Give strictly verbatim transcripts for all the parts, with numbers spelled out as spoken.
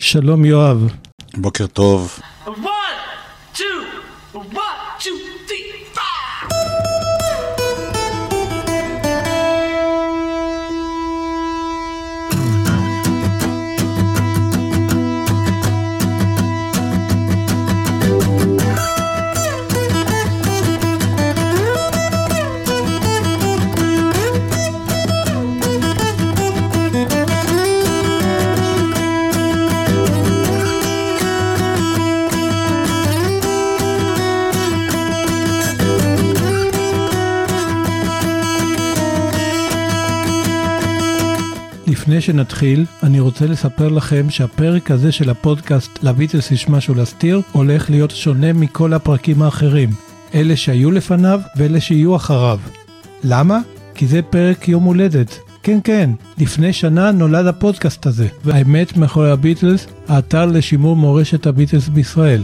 שלום יואב. בוקר טוב. One, two, one, two, three, four. לפני שנתחיל, אני רוצה לספר לכם שהפרק הזה של הפודקאסט לביטלס יש משהו להסתיר, הולך להיות שונה מכל הפרקים האחרים, אלה שהיו לפניו ואלה שיהיו אחריו. למה? כי זה פרק יום הולדת. כן כן, לפני שנה נולד הפודקאסט הזה, והאמת מאחורי הביטלס, האתר לשימור מורשת הביטלס בישראל.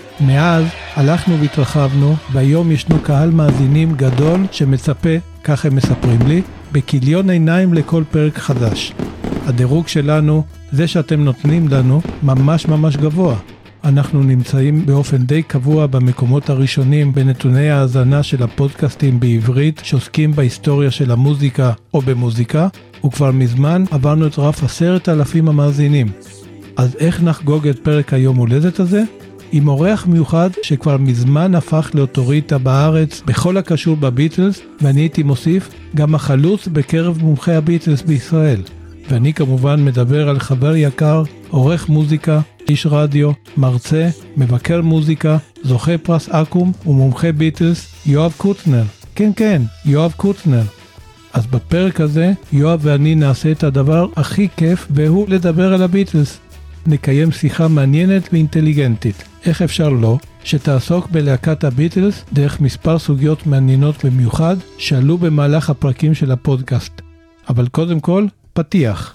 מאז הלכנו והתרחבנו, והיום ישנו קהל מאזינים גדול שמצפה, כך הם מספרים לי, בכיליון עיניים לכל פרק חדש. הדירוג שלנו, זה שאתם נותנים לנו, ממש ממש גבוה. אנחנו נמצאים באופן די קבוע במקומות הראשונים בנתוני ההאזנה של הפודקאסטים בעברית שעוסקים בהיסטוריה של המוזיקה או במוזיקה, וכבר מזמן עברנו את רף עשרת אלפים המאזינים. אז איך נחגוג את פרק היום הולדת הזה? עם אורח מיוחד שכבר מזמן הפך לאוטוריטה בארץ בכל הקשור בביטלס, ואני הייתי מוסיף גם החלוץ בקרב מומחי הביטלס בישראל. ואני כמובן מדבר על חבר יקר, עורך מוזיקה, איש רדיו, מרצה, מבקר מוזיקה, זוכה פרס אקו"ם ומומחה ביטלס, יואב קוטנר. כן כן, יואב קוטנר. אז בפרק הזה יואב ואני נעשה את הדבר הכי כיף, והוא לדבר על הביטלס. נקיים שיחה מעניינת ואינטליגנטית. איך אפשר לא? שתעסוק בלהקת הביטלס דרך מספר סוגיות מעניינות במיוחד שעלו במהלך הפרקים של הפודקאסט. אבל קודם כל, פתיח.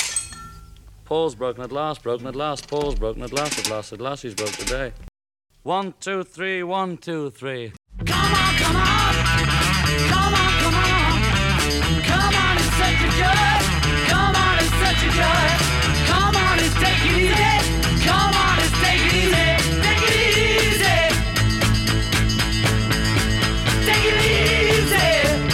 Paul's broken at last, broken at last, Paul's broken at last, at last, at last he's broke today. One, two, three, one, two, three. Come on, come on, come on, come on, come on and set your joy, come on and set your joy, come on and take it easy, come on and take it easy, take it easy, take it easy.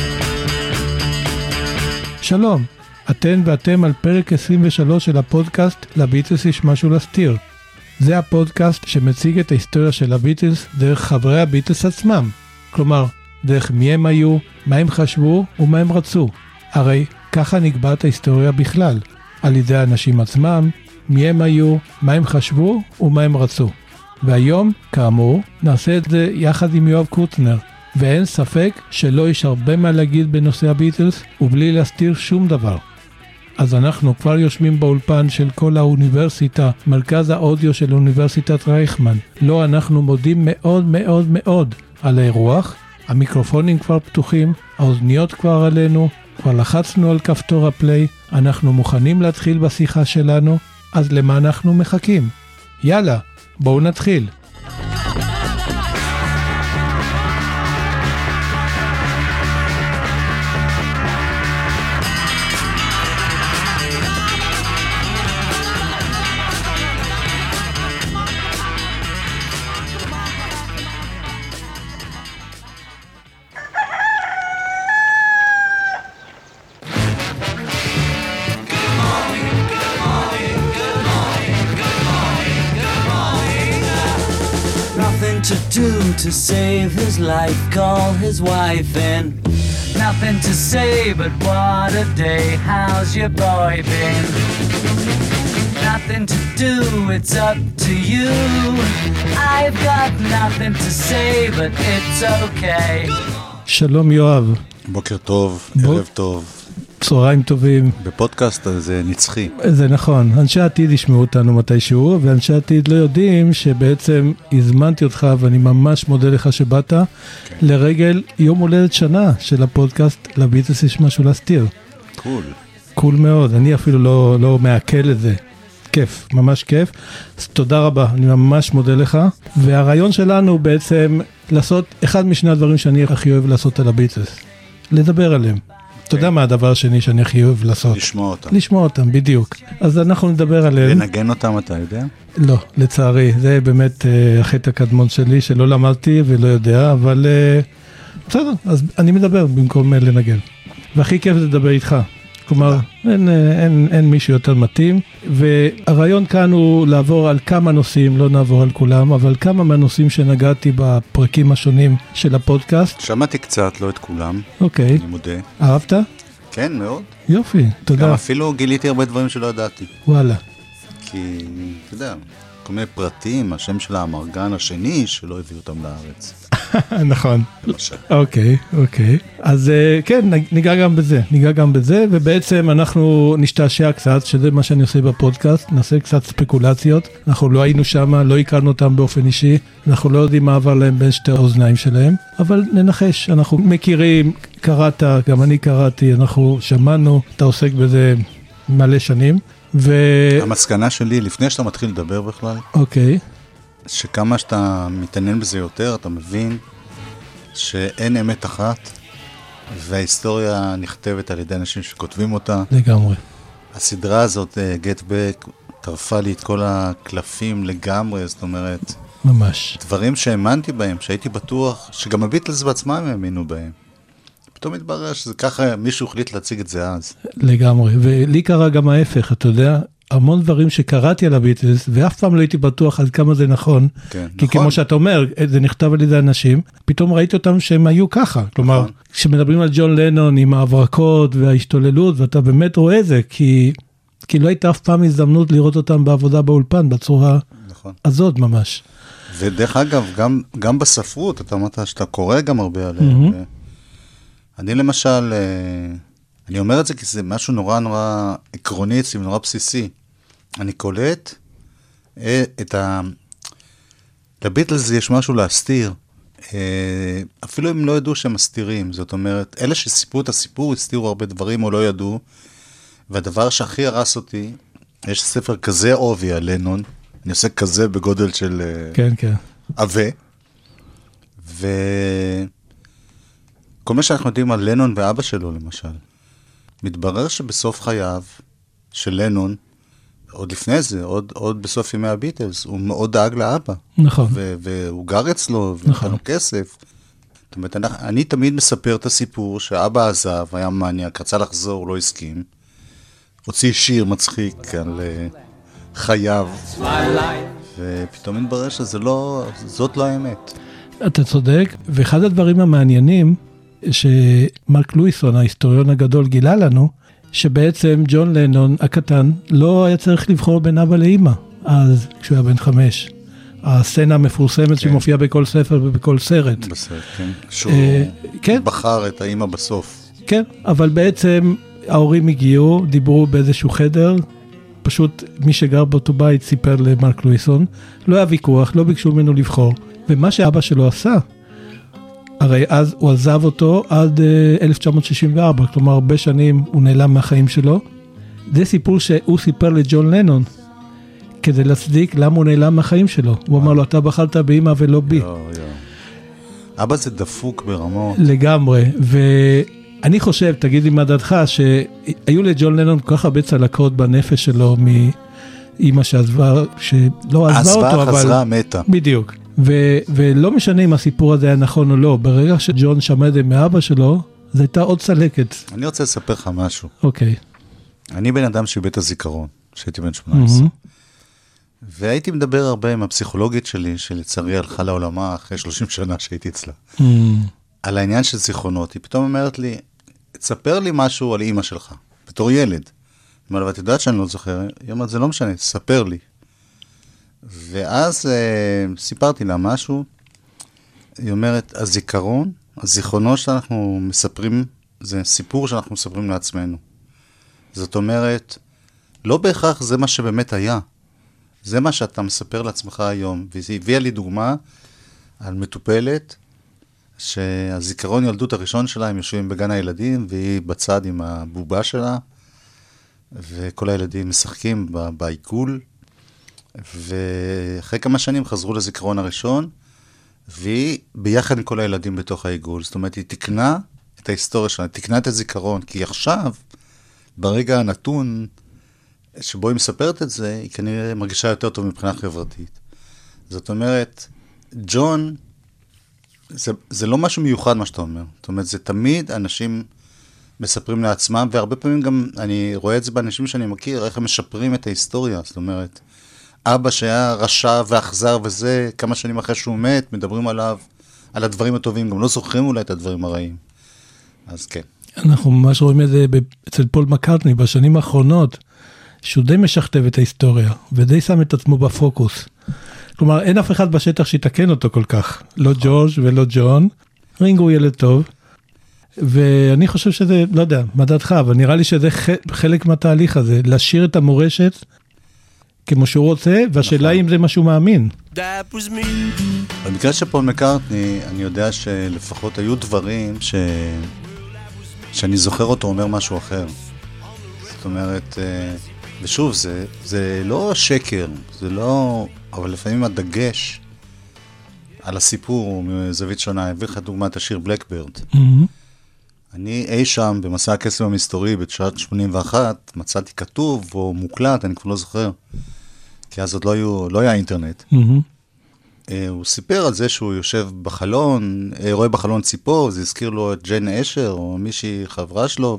שלום. אתן ואתם על פרק עשרים ושלוש של הפודקאסט לביטלס יש משהו להסתיר. זה הפודקאסט שמציג את ההיסטוריה של הביטלס דרך חברי הביטלס עצמם. כלומר, דרך מי הם היו, מה הם חשבו ומה הם רצו. הרי ככה נקבעת ההיסטוריה בכלל, על ידי האנשים עצמם, מי הם היו, מה הם חשבו ומה הם רצו. והיום, כאמור, נעשה את זה יחד עם יואב קוטנר. ואין ספק שלא יש הרבה מה להגיד בנושא הביטלס ובלי להסתיר שום דבר. אז אנחנו כבר יושבים באולפן של כל האוניברסיטה, מרכז האודיו של אוניברסיטת רייכמן. לא, אנחנו מודים מאוד מאוד מאוד על האירוח. המיקרופונים כבר פתוחים, האוזניות כבר עלינו, כבר לחצנו על כפתור הפליי, אנחנו מוכנים להתחיל בשיחה שלנו, אז למה אנחנו מחכים? יאללה, בואו נתחיל. To save his life, call his wife in. Nothing to say, but what a day, how's your boy been? Nothing to do, it's up to you. I've got nothing to say, but it's okay. שלום יואב. בוקר טוב, בוק... ערב טוב. צהריים טובים. בפודקאסט הזה נצחי. זה נכון, אנשי העתיד ישמעו אותנו מתישהו, ואנשי העתיד לא יודעים שבעצם הזמנתי אותך, ואני ממש מודה לך שבאת, okay. לרגל יום הולדת שנה של הפודקאסט לביטלס יש משהו להסתיר. קול. קול מאוד, אני אפילו לא, לא מעכל את זה. כיף, ממש כיף. אז תודה רבה, אני ממש מודה לך. והרעיון שלנו בעצם לעשות אחד משני הדברים שאני הכי אוהב לעשות על הביטלס. לדבר עליהם. אתה יודע מה הדבר השני שאני הכי אוהב לעשות? לשמוע אותם. לשמוע אותם, בדיוק. אז אנחנו נדבר עליהם. לנגן אותם, אתה יודע? לא, לצערי. זה באמת uh, החטא הקדמון שלי, שלא למדתי ולא יודע, אבל uh, בסדר, אז אני מדבר במקום uh, לנגן. והכי כיף זה לדבר איתך. כלומר, אין, אין, אין מישהו יותר מתאים, והרעיון כאן הוא לעבור על כמה נושאים, לא נעבור על כולם, אבל כמה מהנושאים שנגעתי בפרקים השונים של הפודקאסט. שמעתי קצת, לא את כולם. אוקיי. אני מודה. אהבת? כן, מאוד. יופי, תודה. גם אפילו גיליתי הרבה דברים שלא ידעתי. וואלה. כי, אתה יודע, כל מיני פרטים, השם של האמרגן השני, שלא הביא אותם לארץ. נכון. למשל. אוקיי, אוקיי. אז כן, ניגע גם בזה, ניגע גם בזה, ובעצם אנחנו נשתעשע קצת, שזה מה שאני עושה בפודקאסט, נעשה קצת ספקולציות, אנחנו לא היינו שם, לא הכרנו אותם באופן אישי, אנחנו לא יודעים מה עבר להם בין שתי האוזניים שלהם, אבל ננחש, אנחנו מכירים, קראת, גם אני קראתי, אנחנו שמענו, אתה עוסק בזה מלא שנים, ו... המסקנה שלי, לפני שאתה מתחיל לדבר בכלל, אוקיי. שכמה שאתה מתעניין בזה יותר, אתה מבין שאין אמת אחת, וההיסטוריה נכתבת על ידי אנשים שכותבים אותה. לגמרי. הסדרה הזאת, Get Back, טרפה לי את כל הקלפים לגמרי, זאת אומרת... ממש. דברים שהאמנתי בהם, שהייתי בטוח, שגם הביטלס בעצמם האמינו בהם. פתאום מתברר שזה ככה, מישהו החליט להציג את זה אז. לגמרי, ולי קרה גם ההפך, אתה יודע, המון דברים שקראתי על הביטלס, ואף פעם לא הייתי בטוח עד כמה זה נכון, כן, כי נכון. כמו שאתה אומר, זה נכתב על ידי אנשים, פתאום ראיתי אותם שהם היו ככה, כלומר, נכון. כשמדברים על ג'ון לנון עם ההברקות וההשתוללות, ואתה באמת רואה זה, כי, כי לא הייתה אף פעם הזדמנות לראות אותם בעבודה באולפן, בצורה נכון. הזאת ממש. ודרך אגב, גם, גם בספרות, אתה אמרת שאתה קורא גם הרבה עליהם. Mm-hmm. אני למשל, אני אומר את זה כי זה משהו נורא נורא עקרוני, זה נורא בסיסי. אני קולט את ה... לביטלס יש משהו להסתיר, אפילו אם לא ידעו שהם מסתירים, זאת אומרת, אלה שסיפרו את הסיפור, הסתירו הרבה דברים או לא ידעו, והדבר שהכי הרס אותי, יש ספר כזה עובי על לנון, אני עושה כזה בגודל של... כן, כן. עווה, ו... כל מה שאנחנו יודעים על לנון ואבא שלו, למשל, מתברר שבסוף חייו של לנון, עוד לפני זה, עוד, עוד בסוף ימי הביטלס, הוא מאוד דאג לאבא. נכון. ו- והוא גר אצלו, נכון. ונתן לו כסף. זאת אומרת, אני, אני תמיד מספר את הסיפור שאבא עזב, היה מניאק, רצה לחזור, לא הסכים. הוציא שיר מצחיק על uh, חייו. ופתאום מתברר שזה לא, זאת לא האמת. אתה צודק, ואחד הדברים המעניינים, שמרק לואיסון, ההיסטוריון הגדול, גילה לנו, שבעצם ג'ון לנון הקטן לא היה צריך לבחור בין אבא לאמא, אז כשהוא היה בן חמש. הסצנה המפורסמת כן. שמופיעה בכל ספר ובכל סרט. בסרט, כן. שהוא כן. בחר את האמא בסוף. כן, אבל בעצם ההורים הגיעו, דיברו באיזשהו חדר, פשוט מי שגר באותו בית סיפר למרק לואיסון, לא היה ויכוח, לא ביקשו ממנו לבחור. ומה שאבא שלו עשה, הרי אז הוא עזב אותו עד אלף תשע מאות שישים וארבע, כלומר הרבה שנים הוא נעלם מהחיים שלו. זה סיפור שהוא סיפר לג'ון לנון, כדי להצדיק למה הוא נעלם מהחיים שלו. הוא אמר לו, אתה בחרת באמא ולא בי. יו, יו. אבא זה דפוק ברמות. לגמרי, ואני חושב, תגיד לי מה דעתך, שהיו לג'ון לנון כל כך הרבה צלקות בנפש שלו מאמא שעזבה, שלא עזבה אותו, אבל... עזבה, חזרה, מתה. בדיוק. ו- ולא משנה אם הסיפור הזה היה נכון או לא, ברגע שג'ון שמע את זה מאבא שלו, זו הייתה עוד צלקת. אני רוצה לספר לך משהו. אוקיי. אני בן אדם שאיבד את הזיכרון, שהייתי בן שמונה עשרה. Mm-hmm. והייתי מדבר הרבה עם הפסיכולוגית שלי, שלצערי הלכה לעולמה אחרי שלושים שנה שהייתי אצלה. Mm-hmm. על העניין של זיכרונות. היא פתאום אומרת לי, תספר לי משהו על אמא שלך, בתור ילד. היא אומרת, ואת יודעת שאני לא זוכר? היא אומרת, זה לא משנה, תספר לי. ואז אה, סיפרתי לה משהו, היא אומרת, הזיכרון, הזיכרונות שאנחנו מספרים, זה סיפור שאנחנו מספרים לעצמנו. זאת אומרת, לא בהכרח זה מה שבאמת היה. זה מה שאתה מספר לעצמך היום. והיא הביאה לי דוגמה על מטופלת, שהזיכרון ילדות הראשון שלה, הם יושבים בגן הילדים, והיא בצד עם הבובה שלה, וכל הילדים משחקים בעיגול, ואחרי כמה שנים חזרו לזיכרון הראשון, והיא ביחד עם כל הילדים בתוך העיגול. זאת אומרת, היא תקנה את ההיסטוריה שלה, תקנה את הזיכרון, כי עכשיו, ברגע הנתון שבו היא מספרת את זה, היא כנראה מרגישה יותר טוב מבחינה חברתית. זאת אומרת, ג'ון, זה, זה לא משהו מיוחד מה שאתה אומר. זאת אומרת, זה תמיד אנשים מספרים לעצמם, והרבה פעמים גם אני רואה את זה באנשים שאני מכיר, איך הם משפרים את ההיסטוריה. זאת אומרת, אבא שהיה רשע ואכזר וזה, כמה שנים אחרי שהוא מת, מדברים עליו, על הדברים הטובים, גם לא זוכרים אולי את הדברים הרעים. אז כן. אנחנו ממש רואים את זה אצל פול מקרטני בשנים האחרונות, שהוא די משכתב את ההיסטוריה, ודי שם את עצמו בפוקוס. כלומר, אין אף אחד בשטח שיתקן אותו כל כך. לא ג'ורג' ולא ג'ון. רינגו הוא ילד טוב. ואני חושב שזה, לא יודע, מה דעתך, אבל נראה לי שזה חלק מהתהליך הזה, להשאיר את המורשת כמו שהוא רוצה, והשאלה היא אם זה מה שהוא מאמין. במקרה של פול מקרטני, אני יודע שלפחות היו דברים ש... שאני זוכר אותו אומר משהו אחר. זאת אומרת, ושוב, זה, זה לא שקר, זה לא... אבל לפעמים הדגש על הסיפור מזווית שונה, הביא לך דוגמת השיר בלקבירד. Mm-hmm. אני אי שם במסע הקסם המסתורי בתשעת שמונים ואחת, מצאתי כתוב או מוקלט, אני כבר לא זוכר, כי אז עוד לא, היו, לא היה אינטרנט. Mm-hmm. הוא סיפר על זה שהוא יושב בחלון, רואה בחלון ציפור, זה הזכיר לו את ג'יין אשר או מישהי חברה שלו,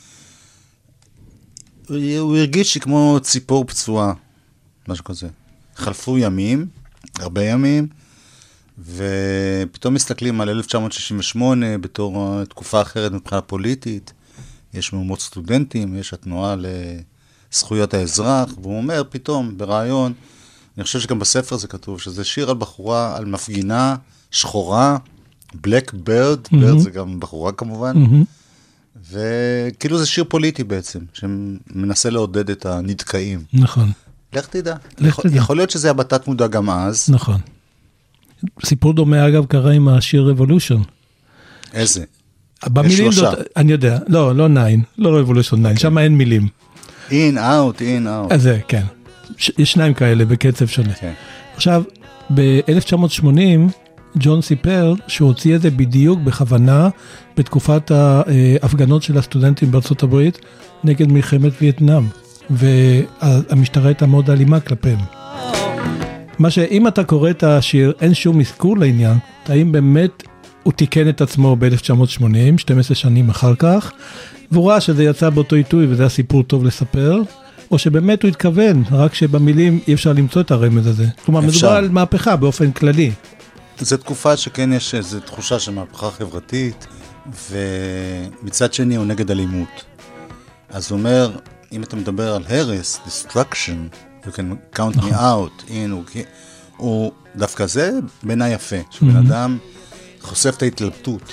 והוא הרגיש שכמו ציפור פצועה, משהו כזה. חלפו ימים, הרבה ימים, ופתאום מסתכלים על אלף תשע מאות שישים ושמונה בתור תקופה אחרת מבחינה פוליטית, יש מהומות סטודנטים, יש התנועה לזכויות האזרח, והוא אומר פתאום ברעיון, אני חושב שגם בספר זה כתוב, שזה שיר על בחורה, על מפגינה שחורה, בלק בירד, mm-hmm. בירד זה גם בחורה כמובן, mm-hmm. וכאילו זה שיר פוליטי בעצם, שמנסה לעודד את הנדכאים. נכון. לך תדע. לך תדע. יכול להיות שזה היה בתת מודע גם אז. נכון. סיפור דומה אגב קרה עם השיר Revolution. איזה? במילים, אני יודע, לא, לא ניין, לא Revolution ניין, שם אין מילים. In, out, in, out. אז זה, כן. יש שניים כאלה בקצב שונה. עכשיו, ב-אלף תשע מאות שמונים, ג'ון סיפר שהוא הוציא את זה בדיוק בכוונה, בתקופת ההפגנות של הסטודנטים בארצות הברית, נגד מלחמת וייטנאם. והמשטרה הייתה מאוד אלימה כלפיהם. מה שאם אתה קורא את השיר, אין שום מזכור לעניין, האם באמת הוא תיקן את עצמו ב-אלף תשע מאות שמונים, שתים עשרה שנים אחר כך, והוא ראה שזה יצא באותו עיתוי וזה הסיפור טוב לספר, או שבאמת הוא התכוון, רק שבמילים אי אפשר למצוא את הרמז הזה. כלומר, מדובר על מהפכה באופן כללי. זו תקופה שכן יש איזו תחושה של מהפכה חברתית, ומצד שני הוא נגד אלימות. אז הוא אומר, אם אתה מדבר על הרס, destruction, you can count me out, in, הוא, הוא דווקא זה בעיניי יפה, שבן אדם חושף את ההתלבטות.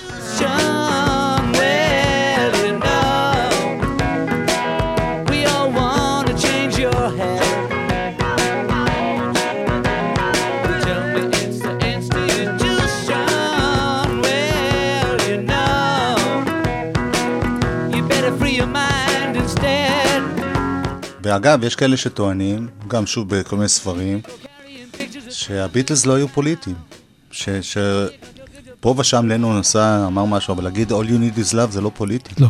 ואגב, יש כאלה שטוענים, גם שוב בכל מיני ספרים, שהביטלס לא היו פוליטיים. ש, שפה ושם לנון עשה, אמר משהו, אבל להגיד all you need is love זה לא פוליטי. לא.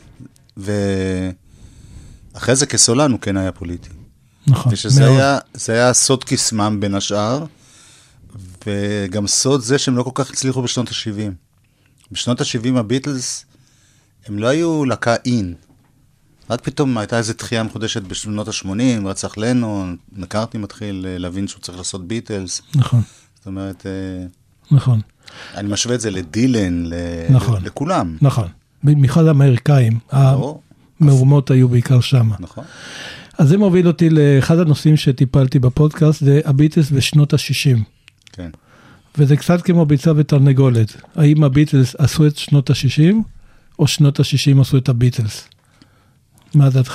ואחרי זה כסולן הוא כן היה פוליטי. נכון. ושזה היה, זה היה סוד קסמם בין השאר, וגם סוד זה שהם לא כל כך הצליחו בשנות ה-שבעים. בשנות ה-שבעים הביטלס, הם לא היו לקה אין. רק פתאום הייתה איזו תחייה מחודשת בשנות ה-שמונים, רצח לנון, מקרטני מתחיל להבין שהוא צריך לעשות ביטלס. נכון. זאת אומרת, נכון. אני משווה את זה לדילן, נכון. לכולם. נכון. במיוחד האמריקאים, המהומות היו בעיקר שם. נכון. אז זה מוביל אותי לאחד הנושאים שטיפלתי בפודקאסט, זה הביטלס בשנות ה-שישים. כן. וזה קצת כמו ביצה ותרנגולת. האם הביטלס עשו את שנות ה-שישים, או שנות ה-שישים עשו את הביטלס? מה דעתך?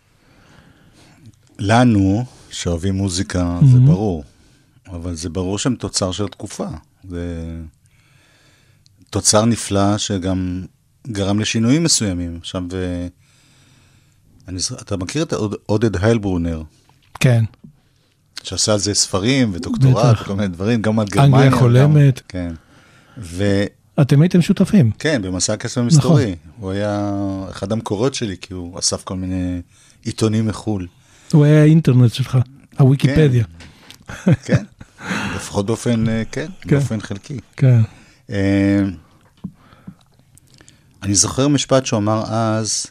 לנו, שאוהבים מוזיקה, mm-hmm. זה ברור. אבל זה ברור שהם תוצר של תקופה. זה תוצר נפלא שגם גרם לשינויים מסוימים. עכשיו, ו... אני... אתה מכיר את עודד היילברונר? כן. שעשה על זה ספרים ודוקטורט וכל מיני דברים, גם על גרמניה. אנגליה חולמת. גם... כן. אתם הייתם שותפים. כן, במסע הקסם המסתורי. הוא היה אחד המקורות שלי, כי הוא אסף כל מיני עיתונים מחול. הוא היה האינטרנט שלך, הוויקיפדיה. כן, לפחות באופן, כן, באופן חלקי. כן. אני זוכר משפט שהוא אמר אז,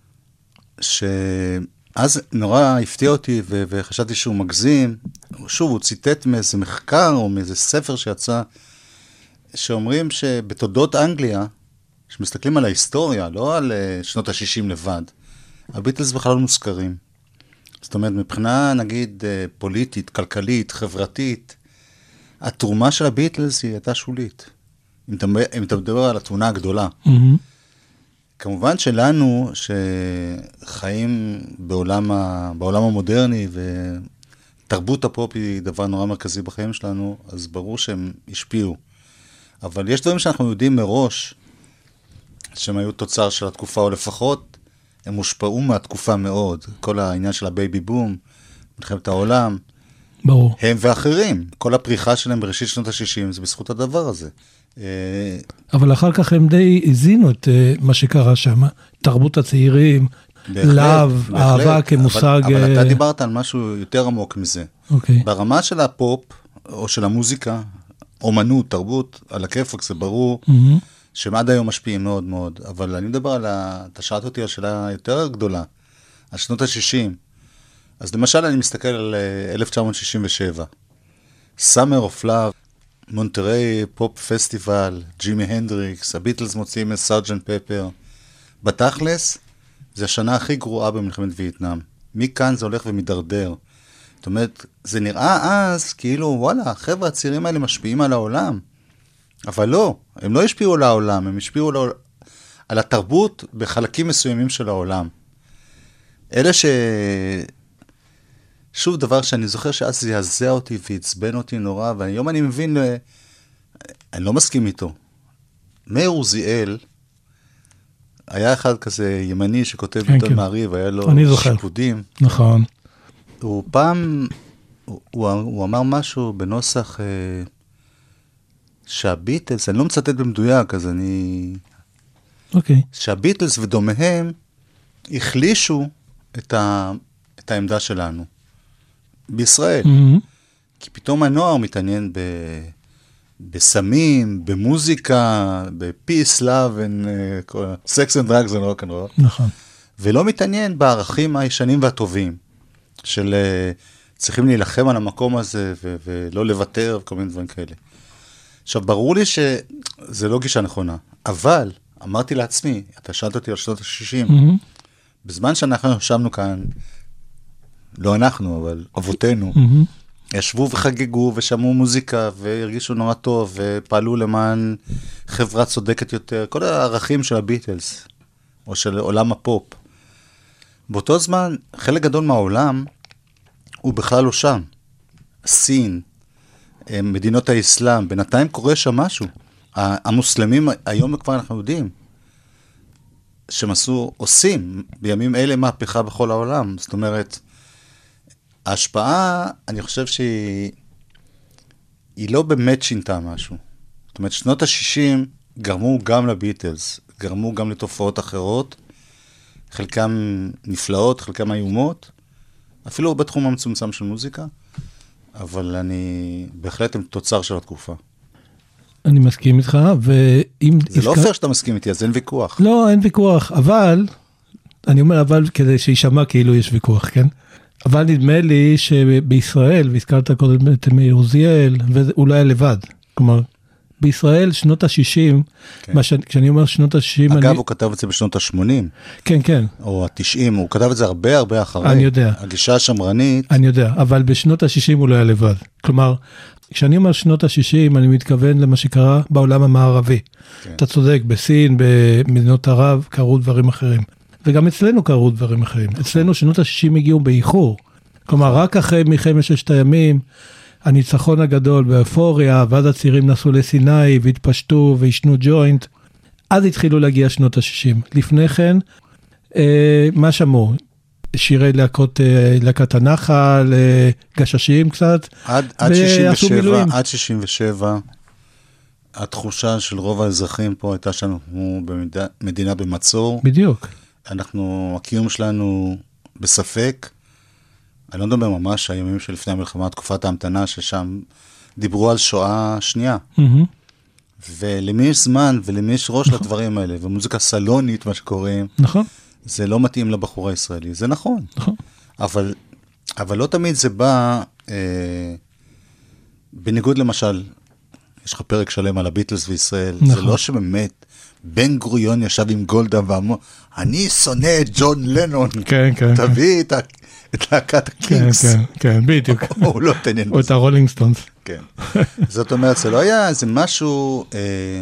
שאז נורא הפתיע אותי, וחשבתי שהוא מגזים. שוב, הוא ציטט מאיזה מחקר, או מאיזה ספר שיצא, שאומרים שבתולדות אנגליה, שמסתכלים על ההיסטוריה, לא על שנות ה-שישים לבד, הביטלס בכלל לא מוזכרים. זאת אומרת, מבחינה, נגיד, פוליטית, כלכלית, חברתית, התרומה של הביטלס היא הייתה שולית. אם אתה, אם אתה מדבר על התמונה הגדולה. Mm-hmm. כמובן שלנו, שחיים בעולם, ה, בעולם המודרני, ותרבות הפופ היא דבר נורא מרכזי בחיים שלנו, אז ברור שהם השפיעו. אבל יש דברים שאנחנו יודעים מראש, שהם היו תוצר של התקופה, או לפחות הם הושפעו מהתקופה מאוד. כל העניין של הבייבי בום, מלחמת העולם. ברור. הם ואחרים. כל הפריחה שלהם בראשית שנות ה-שישים, זה בזכות הדבר הזה. אבל אחר כך הם די הזינו את מה שקרה שם. תרבות הצעירים, לב, אהבה כמושג. אבל, אבל אתה דיברת על משהו יותר עמוק מזה. אוקיי. ברמה של הפופ, או של המוזיקה, אומנות, תרבות, על הכיפק, זה ברור, mm-hmm. שהם עד היום משפיעים מאוד מאוד. אבל אני מדבר על ה... אתה שאלת אותי על שאלה יותר גדולה, על שנות ה-שישים. אז למשל אני מסתכל על אלף תשע מאות שישים ושבע. Summer of Love, מונטריי פופ פסטיבל, ג'ימי הנדריקס, הביטלס מוציאים את סארג'נט פפר. בתכלס, זה השנה הכי גרועה במלחמת וייטנאם. מכאן זה הולך ומדרדר. זאת אומרת, זה נראה אז כאילו, וואלה, החבר'ה הצעירים האלה משפיעים על העולם. אבל לא, הם לא השפיעו על העולם, הם השפיעו על, על התרבות בחלקים מסוימים של העולם. אלה ש... שוב דבר שאני זוכר שאז זה יעזע אותי והצבן אותי נורא, והיום אני מבין, אני לא מסכים איתו. מאיר עוזיאל, היה אחד כזה ימני שכותב כן, בעיתון כן. מעריב, היה לו שיפודים. נכון. הוא פעם, הוא, הוא, הוא אמר משהו בנוסח אה, שהביטלס, אני לא מצטט במדויק, אז אני... אוקיי. שהביטלס ודומיהם החלישו את, ה, את העמדה שלנו. בישראל. Mm-hmm. כי פתאום הנוער מתעניין ב... בסמים, במוזיקה, בפיס, לאב, סקס אנד דרגס and rock and roll. נכון. ולא מתעניין בערכים הישנים והטובים, של צריכים להילחם על המקום הזה, ו- ולא לוותר, וכל מיני דברים כאלה. עכשיו, ברור לי שזה לא גישה נכונה, אבל אמרתי לעצמי, אתה שאלת אותי על שנות ה-שישים, mm-hmm. בזמן שאנחנו ישבנו כאן, לא אנחנו, אבל אבותינו, mm-hmm. ישבו וחגגו ושמעו מוזיקה והרגישו נורא טוב ופעלו למען חברה צודקת יותר, כל הערכים של הביטלס או של עולם הפופ. באותו זמן, חלק גדול מהעולם הוא בכלל לא שם. סין, מדינות האסלאם, בינתיים קורה שם משהו. המוסלמים, היום כבר אנחנו יודעים, שהם עשו, עושים בימים אלה מהפכה בכל העולם. זאת אומרת, ההשפעה, אני חושב שהיא היא לא באמת שינתה משהו. זאת אומרת, שנות ה-שישים גרמו גם לביטלס, גרמו גם לתופעות אחרות, חלקם נפלאות, חלקם איומות, אפילו בתחום המצומצם של מוזיקה, אבל אני בהחלט עם תוצר של התקופה. אני מסכים איתך, ואם... זה לא פייר שאתה מסכים איתי, אז אין ויכוח. לא, אין ויכוח, אבל, אני אומר אבל כדי שישמע כאילו יש ויכוח, כן? אבל נדמה לי שבישראל, והזכרת קודם את מאיר עוזיאל, ואולי לבד, כלומר, בישראל שנות ה-שישים, כן. כשאני אומר שנות ה-שישים... אגב, אני... הוא כתב את זה בשנות ה-שמונים. כן, כן. או ה-תשעים, הוא כתב את זה הרבה הרבה אחרי. אני יודע. הגישה השמרנית. אני יודע, אבל בשנות ה-שישים הוא לא היה לבד. כלומר, כשאני אומר שנות ה-שישים, אני מתכוון למה שקרה בעולם המערבי. כן. אתה צודק, בסין, במדינות ערב, קרו דברים אחרים. וגם אצלנו קרו דברים אחרים. אצלנו שנות ה-שישים הגיעו באיחור. כלומר, רק אחרי מלחמת ששת הימים, הניצחון הגדול באפוריה, ואז הצעירים נסעו לסיני, והתפשטו וישנו ג'וינט. אז התחילו להגיע שנות ה-שישים. לפני כן, אה, מה שמעו? שירי להקות, אה, להקת הנחל, אה, גששים קצת, עד, עד שישים ושבע, עד שישים ושבע, התחושה של רוב האזרחים פה הייתה שאנחנו במדינה במצור. בדיוק. אנחנו, הקיום שלנו בספק. אני לא מדבר ממש, הימים שלפני המלחמה, תקופת ההמתנה, ששם דיברו על שואה שנייה. ולמי יש זמן, ולמי יש ראש לדברים האלה, ומוזיקה סלונית, מה שקוראים. נכון. זה לא מתאים לבחור הישראלי. זה נכון. נכון. אבל, אבל לא תמיד זה בא, אה, בניגוד למשל, יש לך פרק שלם על הביטלס וישראל, נכון. זה לא שבאמת בן גוריון ישב עם גולדה ואמר, אני שונא את ג'ון לנון, כן, כן, תביא כן. את, את להקת הקינגס. כן, כן, כן, בדיוק. הוא לא תעניין. או את הרולינג סטונס. כן. זאת אומרת, זה לא היה, זה משהו אה,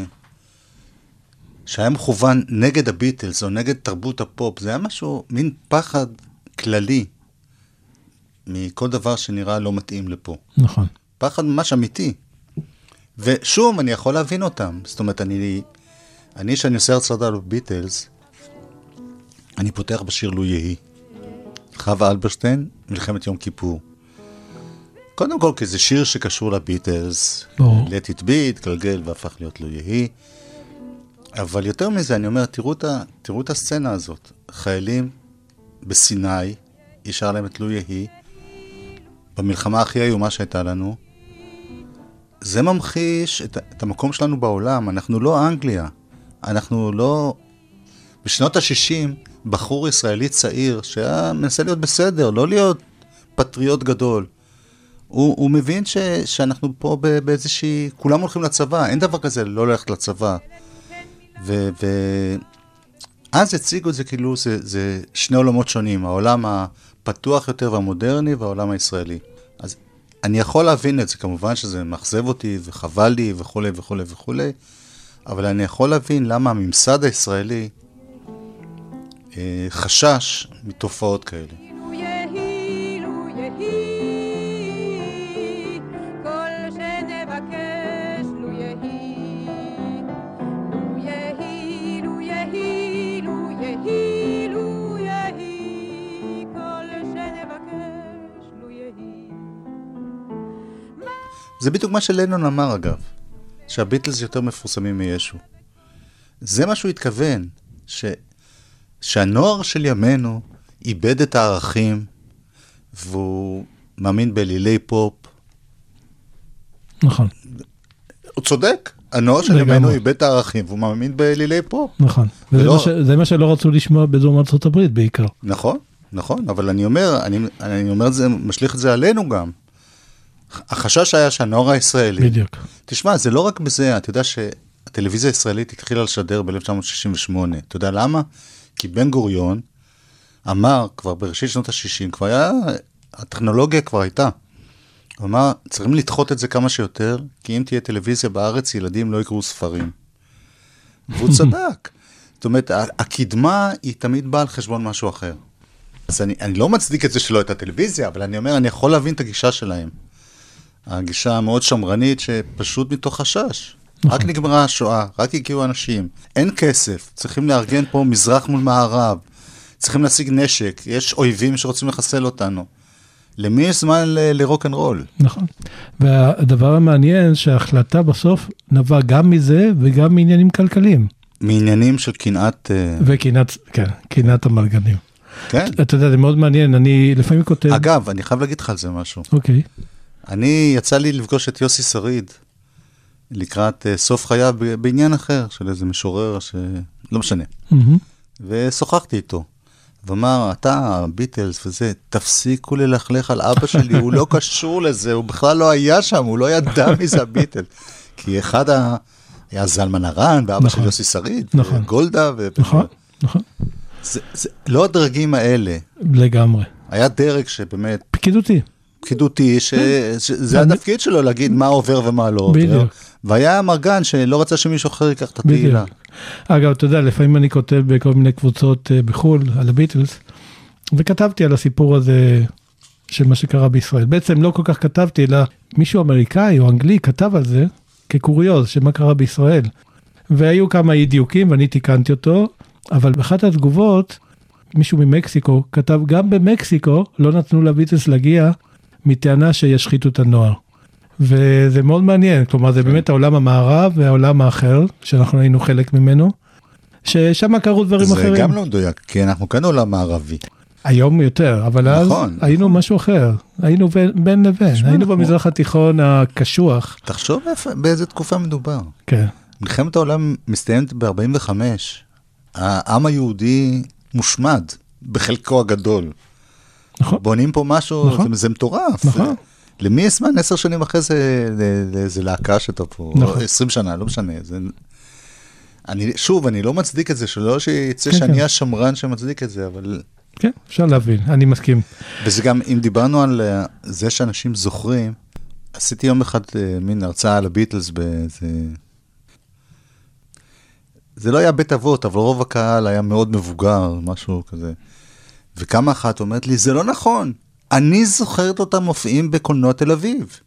שהיה מכוון נגד הביטלס, או נגד תרבות הפופ, זה היה משהו, מין פחד כללי, מכל דבר שנראה לא מתאים לפה. נכון. פחד ממש אמיתי. ושום, אני יכול להבין אותם. זאת אומרת, אני, אני שאני עושה הרצאה על ביטלס, אני פותח בשיר לו יהי. חווה אלברשטיין, מלחמת יום כיפור. קודם כל, כי זה שיר שקשור לביטלס, let it be, התגלגל והפך להיות לו יהי. אבל יותר מזה, אני אומר, תראו את, ה, תראו את הסצנה הזאת. חיילים בסיני, ישר להם את לו יהי, במלחמה הכי איומה שהייתה לנו, זה ממחיש את, את המקום שלנו בעולם. אנחנו לא אנגליה. אנחנו לא... בשנות ה-שישים, בחור ישראלי צעיר, שהיה מנסה להיות בסדר, לא להיות פטריוט גדול. הוא, הוא מבין ש, שאנחנו פה באיזושהי... כולם הולכים לצבא, אין דבר כזה לא ללכת לצבא. ו... ו... אז הציגו את זה כאילו, זה, זה שני עולמות שונים, העולם הפתוח יותר והמודרני, והעולם הישראלי. אז אני יכול להבין את זה, כמובן שזה מחזב אותי וחבל לי וכו' וכו' וכו', אבל אני יכול להבין למה הממסד הישראלי אה, חשש מתופעות כאלה. זה בדיוק מה שלנון אמר אגב, שהביטלס יותר מפורסמים מישו. זה מה שהוא התכוון, ש... שהנוער של ימינו איבד את הערכים, והוא מאמין בלילי פופ. נכון. הוא צודק, הנוער של ימינו איבד את הערכים, והוא מאמין בלילי פופ. נכון, וזה ולא... מה, ש... זה מה שלא רצו לשמוע בדרום ארצות הברית בעיקר. נכון, נכון, אבל אני אומר, אני, אני אומר, זה, משליך את זה עלינו גם. החשש היה שהנוער הישראלי, בדיוק. תשמע, זה לא רק בזה, אתה יודע שהטלוויזיה הישראלית התחילה לשדר ב-אלף תשע מאות שישים ושמונה, אתה יודע למה? כי בן גוריון אמר, כבר בראשית שנות ה-שישים, כבר היה, הטכנולוגיה כבר הייתה, הוא אמר, צריכים לדחות את זה כמה שיותר, כי אם תהיה טלוויזיה בארץ, ילדים לא יקראו ספרים. והוא צדק. זאת אומרת, הקדמה היא תמיד באה על חשבון משהו אחר. אז אני, אני לא מצדיק את זה שלא הייתה טלוויזיה, אבל אני אומר, אני יכול להבין את הגישה שלהם. הגישה המאוד שמרנית שפשוט מתוך חשש. רק נגמרה השואה, רק הגיעו אנשים. אין כסף, צריכים לארגן פה מזרח מול מערב. צריכים להשיג נשק, יש אויבים שרוצים לחסל אותנו. למי יש זמן לרוק אנד רול? נכון. והדבר המעניין שההחלטה בסוף נבע גם מזה וגם מעניינים כלכליים. מעניינים של קנאת... וקנאת, כן, קנאת המלגנים. כן. אתה יודע, זה מאוד מעניין, אני לפעמים כותב... אגב, אני חייב להגיד לך על זה משהו. אוקיי. אני, יצא לי לפגוש את יוסי שריד, לקראת uh, סוף חייו, בעניין אחר, של איזה משורר ש... לא משנה. Mm-hmm. ושוחחתי איתו. ואמר, אתה, ביטלס וזה, תפסיקו ללכלך על אבא שלי, הוא לא קשור לזה, הוא בכלל לא היה שם, הוא לא ידע מזה הביטלס. כי אחד ה... היה זלמן הרן, ואבא נכון. של יוסי שריד, נכון. וגולדה. ו... נכון, נכון. זה, זה, לא הדרגים האלה. לגמרי. היה דרג שבאמת... פקידותי. פקידותי, שזה הדפקיד שלו להגיד מה עובר ומה לא עובר. בדיוק. והיה מרגן שלא רצה שמישהו אחר ייקח את התהילה. אגב, אתה יודע, לפעמים אני כותב בכל מיני קבוצות בחול על הביטלס, וכתבתי על הסיפור הזה של מה שקרה בישראל. בעצם לא כל כך כתבתי, אלא מישהו אמריקאי או אנגלי כתב על זה כקוריוז של מה קרה בישראל. והיו כמה אי דיוקים ואני תיקנתי אותו, אבל באחת התגובות, מישהו ממקסיקו כתב, גם במקסיקו לא נתנו לביטלס להגיע מטענה שישחיתו את הנוער. וזה מאוד מעניין, כלומר זה באמת העולם המערב והעולם האחר, שאנחנו היינו חלק ממנו, ששם קרו דברים אחרים. זה גם לא מדויק, כי אנחנו כאן עולם מערבי. היום יותר, אבל אז היינו משהו אחר, היינו בין לבין, היינו במזרח התיכון הקשוח. תחשוב באיזה תקופה מדובר. כן. מלחמת העולם מסתיימת ב-ארבעים וחמש, העם היהודי מושמד בחלקו הגדול. נכון. בונים פה משהו, נכון. זה, זה מטורף. נכון. למי יש זמן עשר שנים אחרי זה, לאיזה להקה שאתה פה, נכון. עשרים שנה, לא משנה. זה... אני, שוב, אני לא מצדיק את זה, שלא שיצא כן, שאני כן. השמרן שמצדיק את זה, אבל... כן, אפשר להבין, אני מסכים. וזה גם, אם דיברנו על זה שאנשים זוכרים, עשיתי יום אחד מין הרצאה על הביטלס באיזה... זה לא היה בית אבות, אבל רוב הקהל היה מאוד מבוגר, משהו כזה. וכמה אחת אומרת לי, זה לא נכון, אני זוכרת אותם מופיעים בקולנוע תל אביב.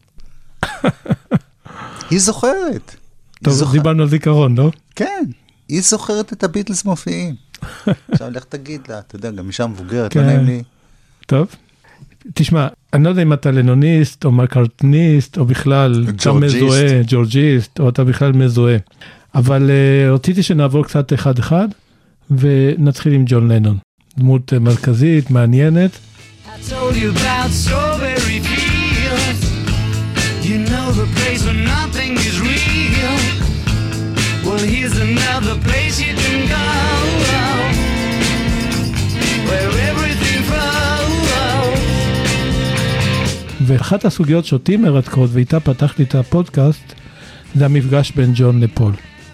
היא זוכרת. טוב, זוכ... דיברנו על זיכרון, לא? כן, היא זוכרת את הביטלס מופיעים. עכשיו, לך תגיד לה, אתה יודע, גם אישה מבוגרת, לא נעים לי. טוב, תשמע, אני לא יודע אם אתה לנוניסט, או מקארטניסט, או בכלל, אתה מזוהה, ג'ורג'יסט, או אתה בכלל מזוהה. אבל uh, רציתי שנעבור קצת אחד-אחד, ונתחיל עם ג'ון לנון. דמות uh, מרכזית, מעניינת. I told you about strawberry fields. You know the place where nothing is real. Well, here's another place you can go. Where everything flows. ואחת הסוגיות שאותי מרתקות, ואיתה פתחתי את הפודקאסט, זה המפגש בין ג'ון לפול.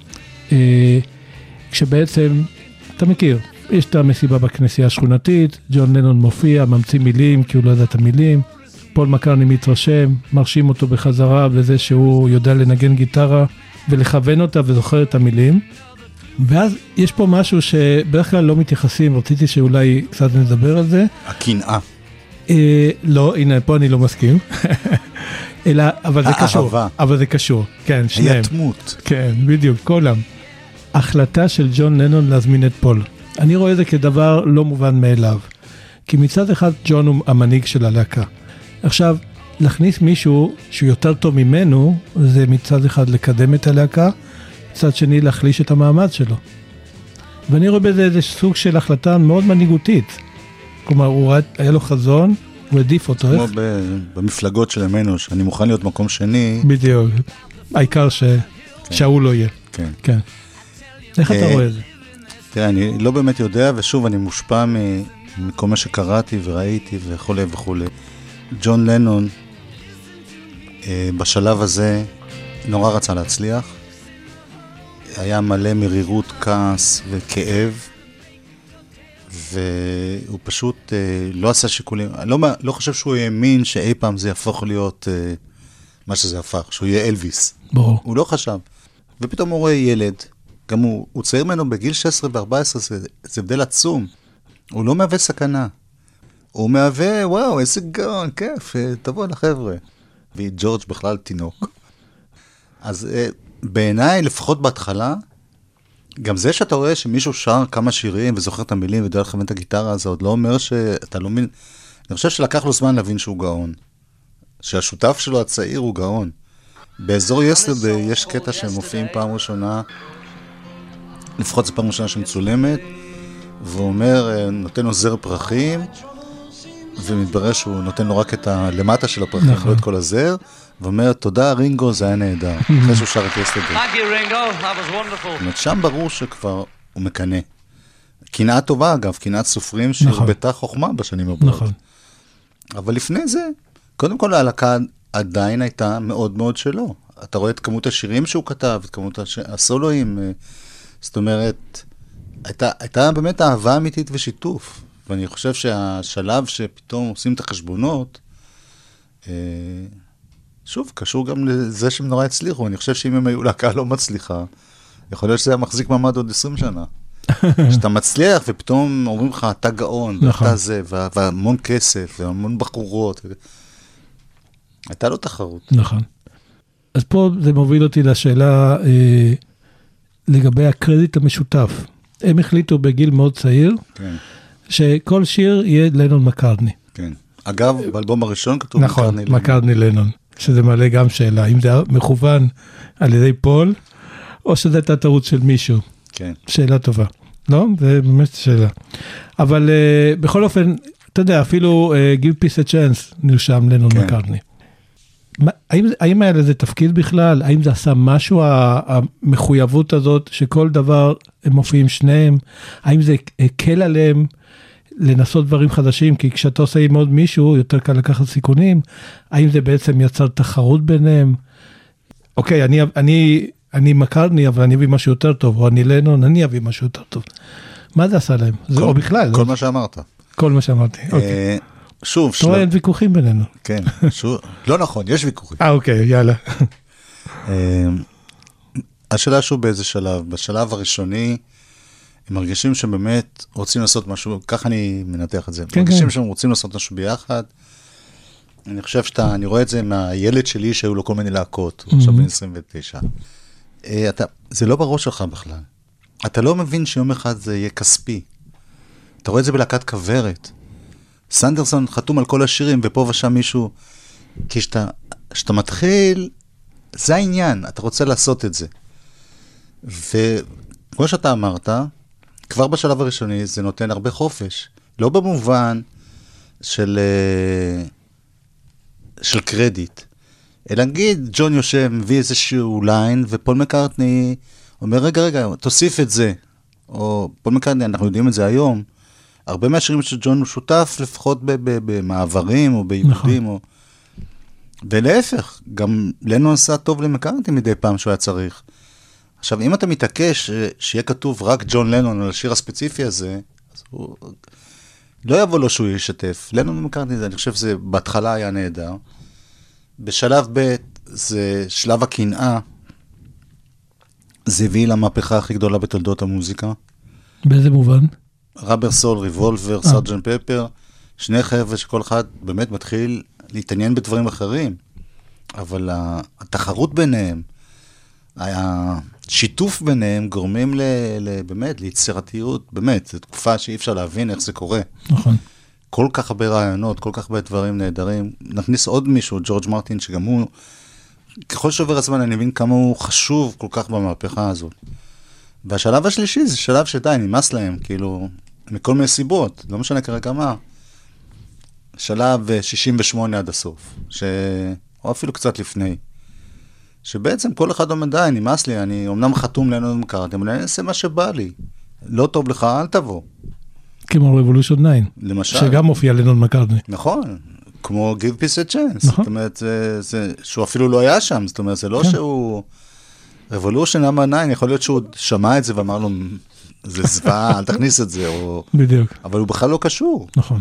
כשבעצם, אתה מכיר, יש את המסיבה בכנסייה השכונתית, ג'ון לנון מופיע, ממציא מילים, כי הוא לא יודע את המילים, פול מקרטני מתרשם, מרשים אותו בחזרה, וזה שהוא יודע לנגן גיטרה, ולכוון אותה וזוכר את המילים, ואז יש פה משהו שבדרך כלל לא מתייחסים, רציתי שאולי קצת נדבר על זה. הקנאה. אה, לא, הנה, פה אני לא מסכים. אלא, אבל זה קשור. אבל זה קשור, כן, שניהם. היתמות. כן, בדיוק, כולם. החלטה של ג'ון לנון להזמין את פול. אני רואה את זה כדבר לא מובן מאליו. כי מצד אחד ג'ון הוא המנהיג של הלהקה. עכשיו, להכניס מישהו שהוא יותר טוב ממנו, זה מצד אחד לקדם את הלהקה, מצד שני להחליש את המעמד שלו. ואני רואה בזה איזה סוג של החלטה מאוד מנהיגותית. כלומר, הוא ראה, היה לו חזון, הוא עדיף אותו. כמו במפלגות של אמנו, שאני מוכן להיות מקום שני. בדיוק. העיקר ש... כן. שההוא לא יהיה. כן. כן. איך אתה רואה את זה? תראה, אני לא באמת יודע, ושוב, אני מושפע מכל מה שקראתי וראיתי וכו' וכו'. ג'ון לנון, בשלב הזה, נורא רצה להצליח. היה מלא מרירות, כעס וכאב, והוא פשוט לא עשה שיקולים. אני לא, לא חושב שהוא האמין שאי פעם זה יהפוך להיות מה שזה הפך, שהוא יהיה אלוויס. ברור. הוא לא חשב. ופתאום הוא רואה ילד, גם הוא, הוא צעיר ממנו בגיל שש עשרה ו-ארבע עשרה, זה, זה הבדל עצום. הוא לא מהווה סכנה. הוא מהווה, וואו, איזה גאון, כיף, תבוא לחבר'ה. והיא ג'ורג' בכלל תינוק. אז בעיניי, לפחות בהתחלה, גם זה שאתה רואה שמישהו שר כמה שירים וזוכר את המילים ויודע לכוון את הגיטרה, זה עוד לא אומר שאתה לא מבין. אני חושב שלקח לו זמן להבין שהוא גאון. שהשותף שלו הצעיר הוא גאון. באזור יסטרדי יש קטע שהם מופיעים פעם ראשונה, לפחות זו פעם ראשונה שמצולמת, והוא אומר, נותן לו זר פרחים, ומתברר שהוא נותן לו רק את הלמטה של הפרחים, לא את כל הזר, ואומר, תודה רינגו, זה היה נהדר. אחרי שהוא שר את יסטרדי. Thank you, Ringo. That was wonderful. זאת אומרת, שם ברור שכבר הוא מקנה. קנאה טובה, אגב, קנאת סופרים שהרבתה חוכמה בשנים הבאות. נכון. אבל לפני זה, קודם כל ההלקה עדיין הייתה מאוד מאוד שלו. אתה רואה את כמות השירים שהוא כתב, את כמות הסולואים. זאת אומרת, הייתה, הייתה באמת אהבה אמיתית ושיתוף. ואני חושב שהשלב שפתאום עושים את החשבונות, שוב, קשור גם לזה שהם נורא הצליחו. אני חושב שאם הם היו להקה לא מצליחה, יכול להיות שזה היה מחזיק מעמד עוד עשרים שנה. שאתה מצליח ופתאום אומרים לך, אתה גאון, ואתה זה, והמון כסף, והמון בחורות. הייתה לו תחרות. נכון. אז פה זה מוביל אותי לשאלה אה, לגבי הקרדיט המשותף. הם החליטו בגיל מאוד צעיר, כן. שכל שיר יהיה לנון מקרטני. כן. אגב, באלבום הראשון כתוב נכון, מקרטני לנון. מקרטני לנון. שזה מעלה גם שאלה, אם זה מכוון על ידי פול, או שזה הייתה טעות של מישהו. כן. שאלה טובה. לא? זה באמת שאלה. אבל uh, בכל אופן, אתה יודע, אפילו uh, Give Peace a Chance נרשם לנון כן. מקרטני. האם, האם היה לזה תפקיד בכלל? האם זה עשה משהו, המחויבות הזאת, שכל דבר הם מופיעים שניהם? האם זה הקל עליהם לנסות דברים חדשים? כי כשאתה עושה עם עוד מישהו, יותר קל לקחת סיכונים. האם זה בעצם יצר תחרות ביניהם? אוקיי, אני, אני, אני מקרטני, אבל אני אביא משהו יותר טוב, או אני לנון, אני אביא משהו יותר טוב. מה זה עשה להם? זה, או בכלל? כל זה... מה שאמרת. כל מה שאמרתי, אוקיי. שוב, אתה רואה, אין ויכוחים בינינו. כן, לא נכון, יש ויכוחים. אה, אוקיי, יאללה. השאלה שוב באיזה שלב. בשלב הראשוני, הם מרגישים שהם באמת רוצים לעשות משהו, ככה אני מנתח את זה. מרגישים שהם רוצים לעשות משהו ביחד. אני חושב שאתה, אני רואה את זה מהילד שלי, שהיו לו כל מיני להקות, הוא עכשיו בן עשרים ותשע. זה לא בראש שלך בכלל. אתה לא מבין שיום אחד זה יהיה כספי. אתה רואה את זה בלהקת כברת. סנדרסון חתום על כל השירים, ופה ושם מישהו, כי שאתה, שאתה מתחיל, זה העניין, אתה רוצה לעשות את זה. וכמו שאתה אמרת, כבר בשלב הראשוני, זה נותן הרבה חופש. לא במובן של, של קרדיט. אלא נגיד, ג'ון יושב, מביא איזשהו ליין, ופול מקרטני אומר, רגע, רגע, תוסיף את זה. או פול מקרטני, אנחנו יודעים את זה היום, הרבה מהשירים של ג'ון הוא שותף, לפחות במעברים או בעיבודים. או... ולהפך, גם לנון עשה טוב למקרטני מדי פעם שהוא היה צריך. עכשיו, אם אתה מתעקש שיהיה כתוב רק ג'ון לנון על השיר הספציפי הזה, אז הוא... לא יבוא לו שהוא ישתף. לנון ומקרטני, אני חושב שזה בהתחלה היה נהדר. בשלב ב' זה שלב הקנאה. זה הביא למהפכה הכי גדולה בתולדות המוזיקה. באיזה מובן? רבר סול, ריבולבר, סארג'נט פפר, שני חבר'ה שכל אחד באמת מתחיל להתעניין בדברים אחרים, אבל התחרות ביניהם, השיתוף ביניהם גורמים ל, ל, באמת ליצירתיות, באמת, זו תקופה שאי אפשר להבין איך זה קורה. נכון. כל כך הרבה רעיונות, כל כך הרבה דברים נהדרים. נכניס עוד מישהו, ג'ורג' מרטין, שגם הוא, ככל שעובר הזמן אני מבין כמה הוא חשוב כל כך במהפכה הזאת. והשלב השלישי זה שלב שדי, נמאס להם, כאילו, מכל מיני סיבות, לא משנה כרגע מה. שלב שישים ושמונה עד הסוף, ש... או אפילו קצת לפני. שבעצם כל אחד אומר, די, נמאס לי, אני אמנם חתום לנון מקרטני, אבל אני אעשה מה שבא לי. לא טוב לך, אל תבוא. כמו Revolution תשע. למשל. שגם מופיע לנון מקרטני. נכון, כמו Give Peace a Chance. נכון. זאת אומרת, זה, זה, שהוא אפילו לא היה שם, זאת אומרת, זה לא כן. שהוא... Revolution נאמבר תשע, יכול להיות שהוא שמע את זה ואמר לו, זה זוועה, אל תכניס את זה, או... בדיוק. אבל הוא בכלל לא קשור. נכון.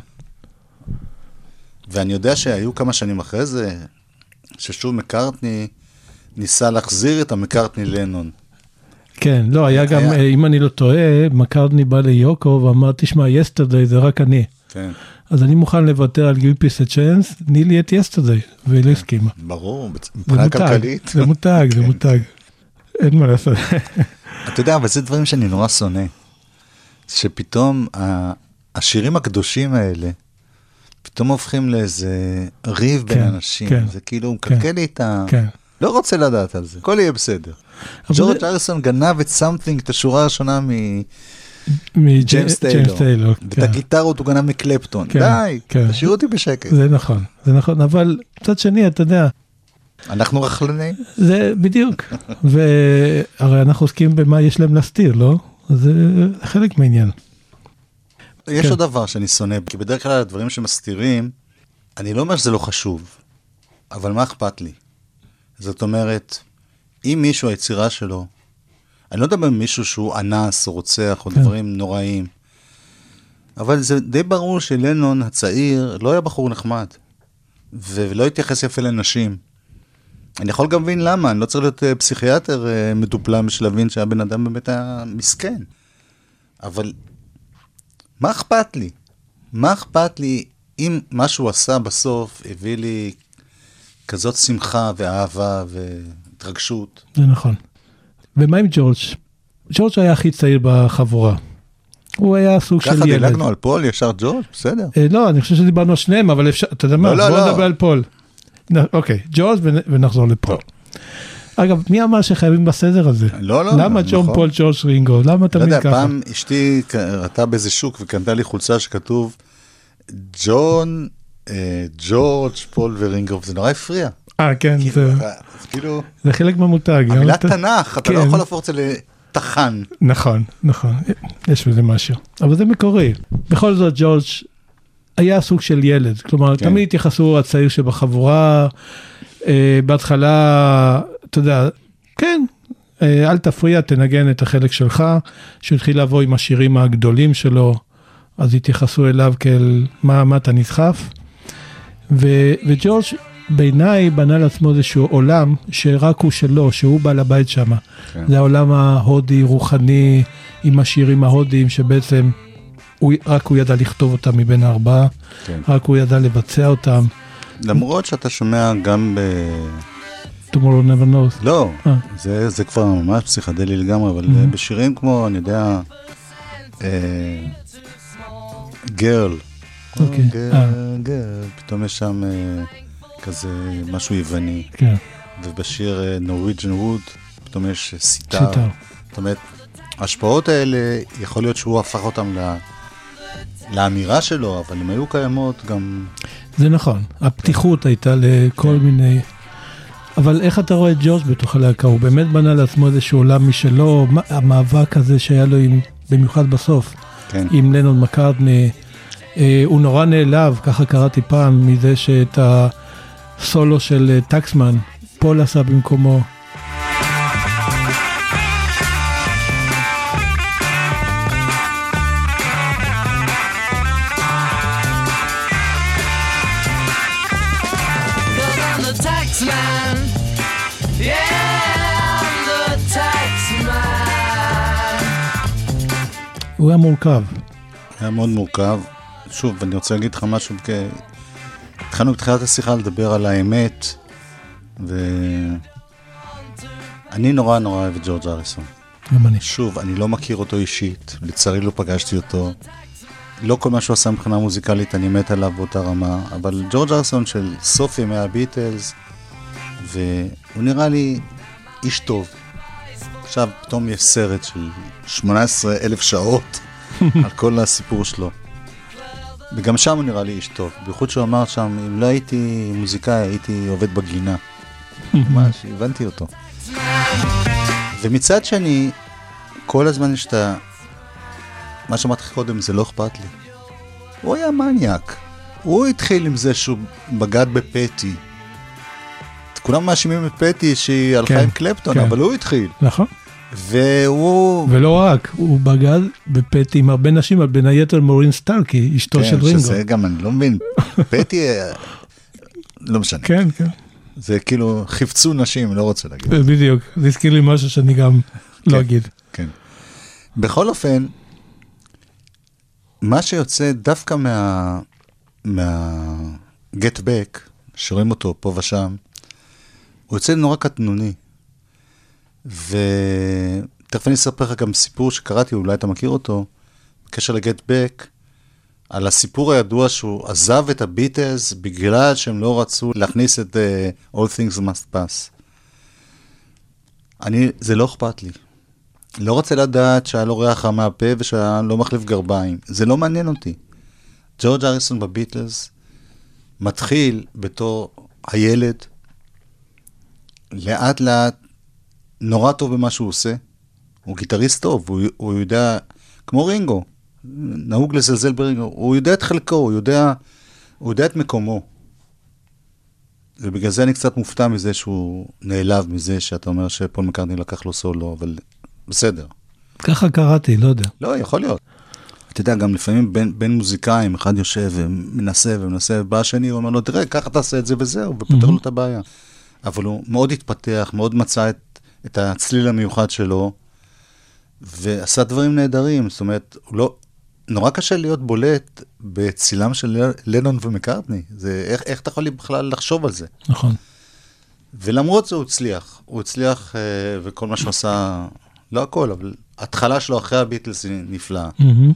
ואני יודע שהיו כמה שנים אחרי זה, ששוב מקרטני ניסה להחזיר את המקרטני לנון. כן, לא, היה גם, היה... אם אני לא טועה, מקרטני בא ליוקו ואמר, תשמע, יסטרדי זה רק אני. כן. אז אני מוכן לוותר על Give Peace a Chance, תני לי את יסטרדי, והיא לא הסכימה. ברור, מבחינה כלכלית. זה מותג, זה מותג. אין מה לעשות. אתה יודע, אבל זה דברים שאני נורא שונא. שפתאום השירים הקדושים האלה, פתאום הופכים לאיזה ריב בין אנשים. זה כאילו, הוא מקלקל לי את ה... לא רוצה לדעת על זה. הכל יהיה בסדר. ג'ורג' אריסון גנב את סמפטינג, את השורה הראשונה מג'יימס טיילור. ואת הגיטרות הוא גנב מקלפטון. די, תשאירו אותי בשקט. זה נכון, זה נכון. אבל מצד שני, אתה יודע... אנחנו רכלנים. זה בדיוק. והרי אנחנו עוסקים במה יש להם להסתיר, לא? זה חלק מהעניין. יש עוד דבר שאני שונא, כי בדרך כלל הדברים שמסתירים, אני לא אומר שזה לא חשוב, אבל מה אכפת לי? זאת אומרת, אם מישהו, היצירה שלו, אני לא יודע במישהו שהוא אנס או רוצח או דברים נוראים, אבל זה די ברור שלנון הצעיר לא היה בחור נחמד, ולא התייחס יפה לנשים. אני יכול גם להבין למה, אני לא צריך להיות פסיכיאטר מדופלם בשביל להבין שהבן אדם באמת היה מסכן. אבל מה אכפת לי? מה אכפת לי אם מה שהוא עשה בסוף הביא לי כזאת שמחה ואהבה והתרגשות? זה נכון. ומה עם ג'ורג'? ג'ורג' היה הכי צעיר בחבורה. הוא היה סוג של ילד. ככה דילגנו על פול, ישר ג'ורג', בסדר. לא, אני חושב שדיברנו על שניהם, אבל אפשר, אתה יודע מה, בוא נדבר על פול. אוקיי, ג'ורג' ונחזור לפה. אגב, מי אמר שחייבים בסדר הזה? לא, לא. למה ג'ון פול, ג'ורג' רינגו? למה תמיד ככה? לא יודע, פעם אשתי ראתה באיזה שוק וקנתה לי חולצה שכתוב ג'ון, ג'ורג', פול ורינגו, זה נורא הפריע. אה, כן, זה... כאילו... זה חלק מהמותג. המילה תנ"ך, אתה לא יכול להפוך את זה לתחן. נכון, נכון. יש בזה משהו. אבל זה מקורי. בכל זאת, ג'ורג' היה סוג של ילד. כלומר, תמיד התייחסו הצעיר שבחבורה, בהתחלה, אתה יודע, כן, אל תפריע, תנגן את החלק שלך, שהוא התחיל לבוא עם השירים הגדולים שלו, אז התייחסו אליו כאל מה, מה אתה נסחף. ו- וג'ורג' בעיניי בנה לעצמו איזשהו עולם שרק הוא שלו, שהוא בא לבית שם. כן. זה העולם ההודי, רוחני, עם השירים ההודיים, שבעצם הוא, רק הוא ידע לכתוב אותם מבין הארבעה, כן. רק הוא ידע לבצע אותם. למרות שאתה שומע גם ב... Tomorrow Never Knows. לא, זה, זה כבר ממש פסיכדלי לגמרי, אבל mm-hmm. בשירים כמו, אני יודע, גרל, אוקיי. גרל, גרל, פתאום יש שם כזה משהו יווני. כן. ובשיר Norwegian Wood, פתאום יש סיטר. זאת אומרת, ההשפעות האלה, יכול להיות שהוא הפך אותם ל... לאמירה שלו, אבל הם היו קיימות גם... זה נכון, הפתיחות הייתה לכל מיני... אבל איך אתה רואה את ג'ורג' בתוך הלהקה? הוא באמת בנה לעצמו איזשהו עולם משלו, המאבק הזה שהיה לו עם, במיוחד בסוף, כן. עם לנון מקארטני, אה, הוא נורא נעלב, ככה קראתי פעם, מזה שאת הסולו של טקסמן, פול עשה במקומו. הוא היה מורכב. היה מאוד מורכב. שוב, אני רוצה להגיד לך משהו, כי התחלנו בתחילת השיחה לדבר על האמת, ואני נורא נורא אוהב את ג'ורג' אריסון. גם אני. שוב, אני לא מכיר אותו אישית, לצערי לא פגשתי אותו. לא כל מה שהוא עשה מבחינה מוזיקלית, אני מת עליו באותה רמה, אבל ג'ורג' אריסון של סוף ימי הביטלס, והוא נראה לי איש טוב. עכשיו פתאום יש סרט של שמונה עשרה אלף שעות על כל הסיפור שלו. וגם שם הוא נראה לי איש טוב. בייחוד שהוא אמר שם, אם לא הייתי מוזיקאי, הייתי עובד בגינה. ממש, הבנתי אותו. ומצד שני, כל הזמן יש את ה... מה שאמרתי קודם, זה לא אכפת לי. הוא היה מניאק. הוא התחיל עם זה שהוא בגד בפטי. כולם מאשימים את פטי שהיא הלכה עם קלפטון, אבל הוא התחיל. נכון. והוא... ולא רק, הוא בגד בפטי עם הרבה נשים, אבל בין היתר מורין סטארקי, אשתו של רינגו. כן, שזה גם, אני לא מבין, פטי, לא משנה. כן, כן. זה כאילו, חפצו נשים, לא רוצה להגיד. בדיוק, זה הזכיר לי משהו שאני גם לא אגיד. כן. בכל אופן, מה שיוצא דווקא מה... מה... Get Back, שרואים אותו פה ושם, הוא יוצא נורא קטנוני. ותכף אני אספר לך גם סיפור שקראתי, אולי אתה מכיר אותו, בקשר לגט בק, על הסיפור הידוע שהוא עזב את הביטלס בגלל שהם לא רצו להכניס את uh, All Things Must Pass. אני, זה לא אכפת לי. לא רוצה לדעת שהיה לו ריח מהפה ושהיה לא מחליף גרביים. זה לא מעניין אותי. ג'ורג' אריסון בביטלס מתחיל בתור הילד, לאט לאט, נורא טוב במה שהוא עושה. הוא גיטריסט טוב, הוא, הוא יודע, כמו רינגו, נהוג לזלזל ברינגו, הוא יודע את חלקו, הוא יודע, הוא יודע את מקומו. ובגלל זה אני קצת מופתע מזה שהוא נעלב מזה שאתה אומר שפול מקרטני לקח לו סולו, אבל בסדר. ככה קראתי, לא יודע. לא, יכול להיות. אתה יודע, גם לפעמים בין, בין מוזיקאים, אחד יושב ומנסה ומנסה, ובא השני, הוא אומר לו, תראה, ככה תעשה את זה וזהו, ופותר לו את הבעיה. אבל הוא מאוד התפתח, מאוד מצא את, את הצליל המיוחד שלו, ועשה דברים נהדרים. זאת אומרת, הוא לא, נורא קשה להיות בולט בצילם של לנון ומקארטני. זה, איך, איך אתה יכול בכלל לחשוב על זה? נכון. ולמרות זה הוא הצליח. הוא הצליח, וכל מה שהוא עשה, לא הכל, אבל התחלה שלו אחרי הביטלס היא נפלאה. Mm-hmm.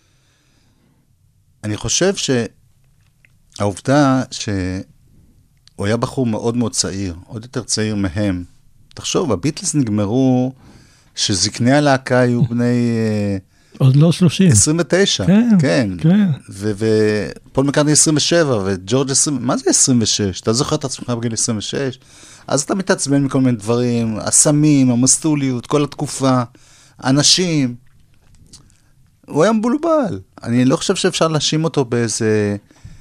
אני חושב שהעובדה הוא היה בחור מאוד מאוד צעיר, עוד יותר צעיר מהם. תחשוב, הביטלס נגמרו, שזקני הלהקה היו בני... עוד לא שלושים. עשרים ותשע, כן, כן. כן. ופול מקרטני עשרים ושבע, וג'ורג' עשרים, מה זה עשרים ושש? אתה זוכר את עצמך בגיל עשרים ושש? אז אתה מתעצבן מכל מיני דברים, הסמים, המסטוליות, כל התקופה, אנשים. הוא היה מבולבל. אני לא חושב שאפשר להאשים אותו באיזה...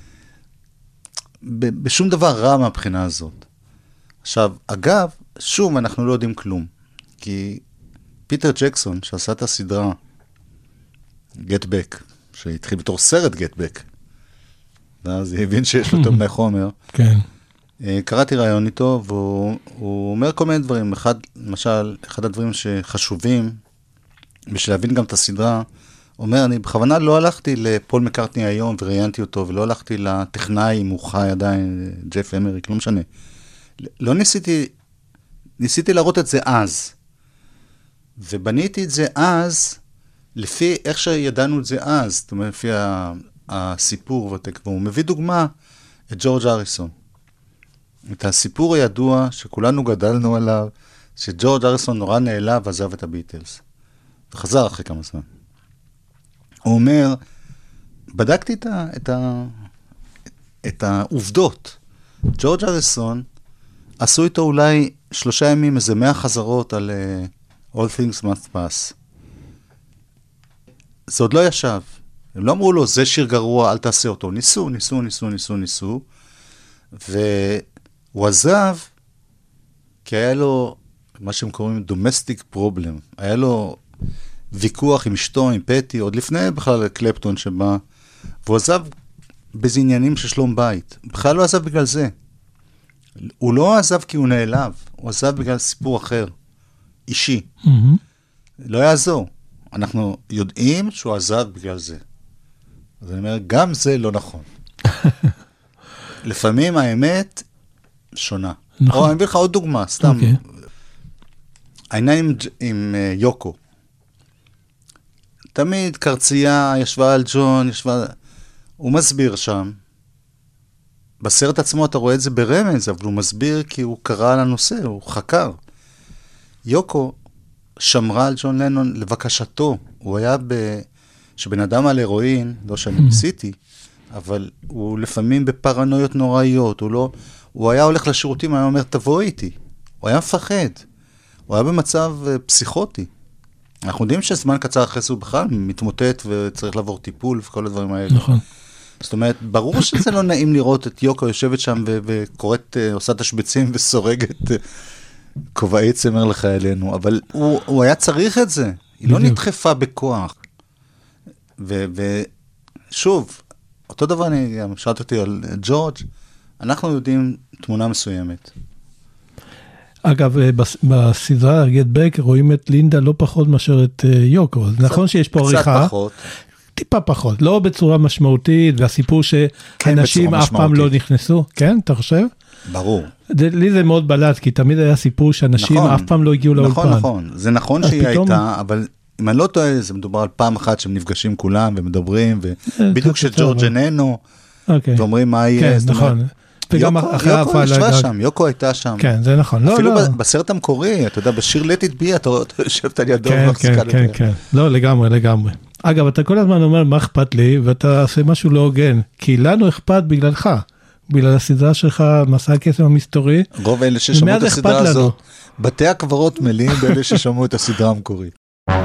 בשום דבר רע מהבחינה הזאת. עכשיו, אגב, שוב, אנחנו לא יודעים כלום. כי פיטר ג'קסון, שעשה את הסדרה, Get Back, שהתחיל בתור סרט Get Back, ואז היא הבין שיש לו תומני חומר. כן. קראתי רעיון איתו, והוא אומר כל מיני דברים. אחד, למשל, אחד הדברים שחשובים, בשביל להבין גם את הסדרה, אומר, אני בכוונה לא הלכתי לפול מקרטני היום, וראיינתי אותו, ולא הלכתי לטכנאי, אם הוא חי עדיין, ג'ף אמריק, לא משנה. לא ניסיתי, ניסיתי להראות את זה אז. ובניתי את זה אז, לפי איך שידענו את זה אז, זאת אומרת, לפי הסיפור, והוא מביא דוגמה את ג'ורג' אריסון. את הסיפור הידוע שכולנו גדלנו עליו, שג'ורג' אריסון נורא נעלב ועזב את הביטלס. וחזר אחרי כמה זמן. הוא אומר, בדקתי את, ה, את, ה, את העובדות. ג'ורג' אריסון עשו איתו אולי שלושה ימים, איזה מאה חזרות על uh, All Things Must Pass. זה עוד לא ישב. הם לא אמרו לו, זה שיר גרוע, אל תעשה אותו. ניסו, ניסו, ניסו, ניסו, ניסו. והוא עזב, כי היה לו, מה שהם קוראים, domestic problem. היה לו ויכוח עם אשתו, עם פטי, עוד לפני בכלל קלפטון שבא, והוא עזב באיזה עניינים של שלום בית. בכלל לא עזב בגלל זה. הוא לא עזב כי הוא נעלב, הוא עזב בגלל סיפור אחר, אישי. Mm-hmm. לא יעזור. אנחנו יודעים שהוא עזב בגלל זה. אז אני אומר, גם זה לא נכון. לפעמים האמת שונה. נכון. או אני מביא לך עוד דוגמה, סתם. Okay. העניין עם, עם uh, יוקו. תמיד קרצייה ישבה על ג'ון, ישבה... הוא מסביר שם. בסרט עצמו אתה רואה את זה ברמז, אבל הוא מסביר כי הוא קרא על הנושא, הוא חקר. יוקו שמרה על ג'ון לנון לבקשתו. הוא היה ב... שבן אדם על הרואין, לא שאני ניסיתי, אבל הוא לפעמים בפרנויות נוראיות, הוא לא... הוא היה הולך לשירותים, הוא היה אומר, תבוא איתי. הוא היה מפחד. הוא היה במצב פסיכוטי. אנחנו יודעים שזמן קצר אחרי זה הוא בכלל מתמוטט וצריך לעבור טיפול וכל הדברים האלה. נכון. זאת אומרת, ברור שזה לא נעים לראות את יוקו יושבת שם וקוראת, עושה תשבצים וסורגת כובעי צמר לחיילינו, אבל הוא, הוא היה צריך את זה. היא לא נדחפה בכוח. ושוב, אותו דבר אני גם שאלת אותי על ג'ורג', אנחנו יודעים תמונה מסוימת. אגב, בסדרה Get Back רואים את לינדה לא פחות מאשר את יוקו. נכון שיש פה עריכה. קצת פחות. טיפה פחות. לא בצורה משמעותית, והסיפור שאנשים אף פעם לא נכנסו. כן, אתה חושב? ברור. לי זה מאוד בלט, כי תמיד היה סיפור שאנשים אף פעם לא הגיעו לאולפן. נכון, נכון. זה נכון שהיא הייתה, אבל אם אני לא טועה, זה מדובר על פעם אחת שהם נפגשים כולם ומדברים, ובדיוק שג'ורג' איננו, ואומרים מה יהיה. כן, נכון. יוקו ישבה שם, יוקו הייתה שם. כן, זה נכון. אפילו בסרט המקורי, אתה יודע, בשיר Let It Be, אתה יושבת על ידו. כן, כן, כן, כן. לא, לגמרי, לגמרי. אגב, אתה כל הזמן אומר, מה אכפת לי, ואתה עושה משהו לא הוגן, כי לנו אכפת בגללך, בגלל הסדרה שלך, מסע הקסם המסתורי. רוב אלה ששמעו את הסדרה הזו, בתי הקברות מלאים באלה ששמעו את הסדרה המקורית.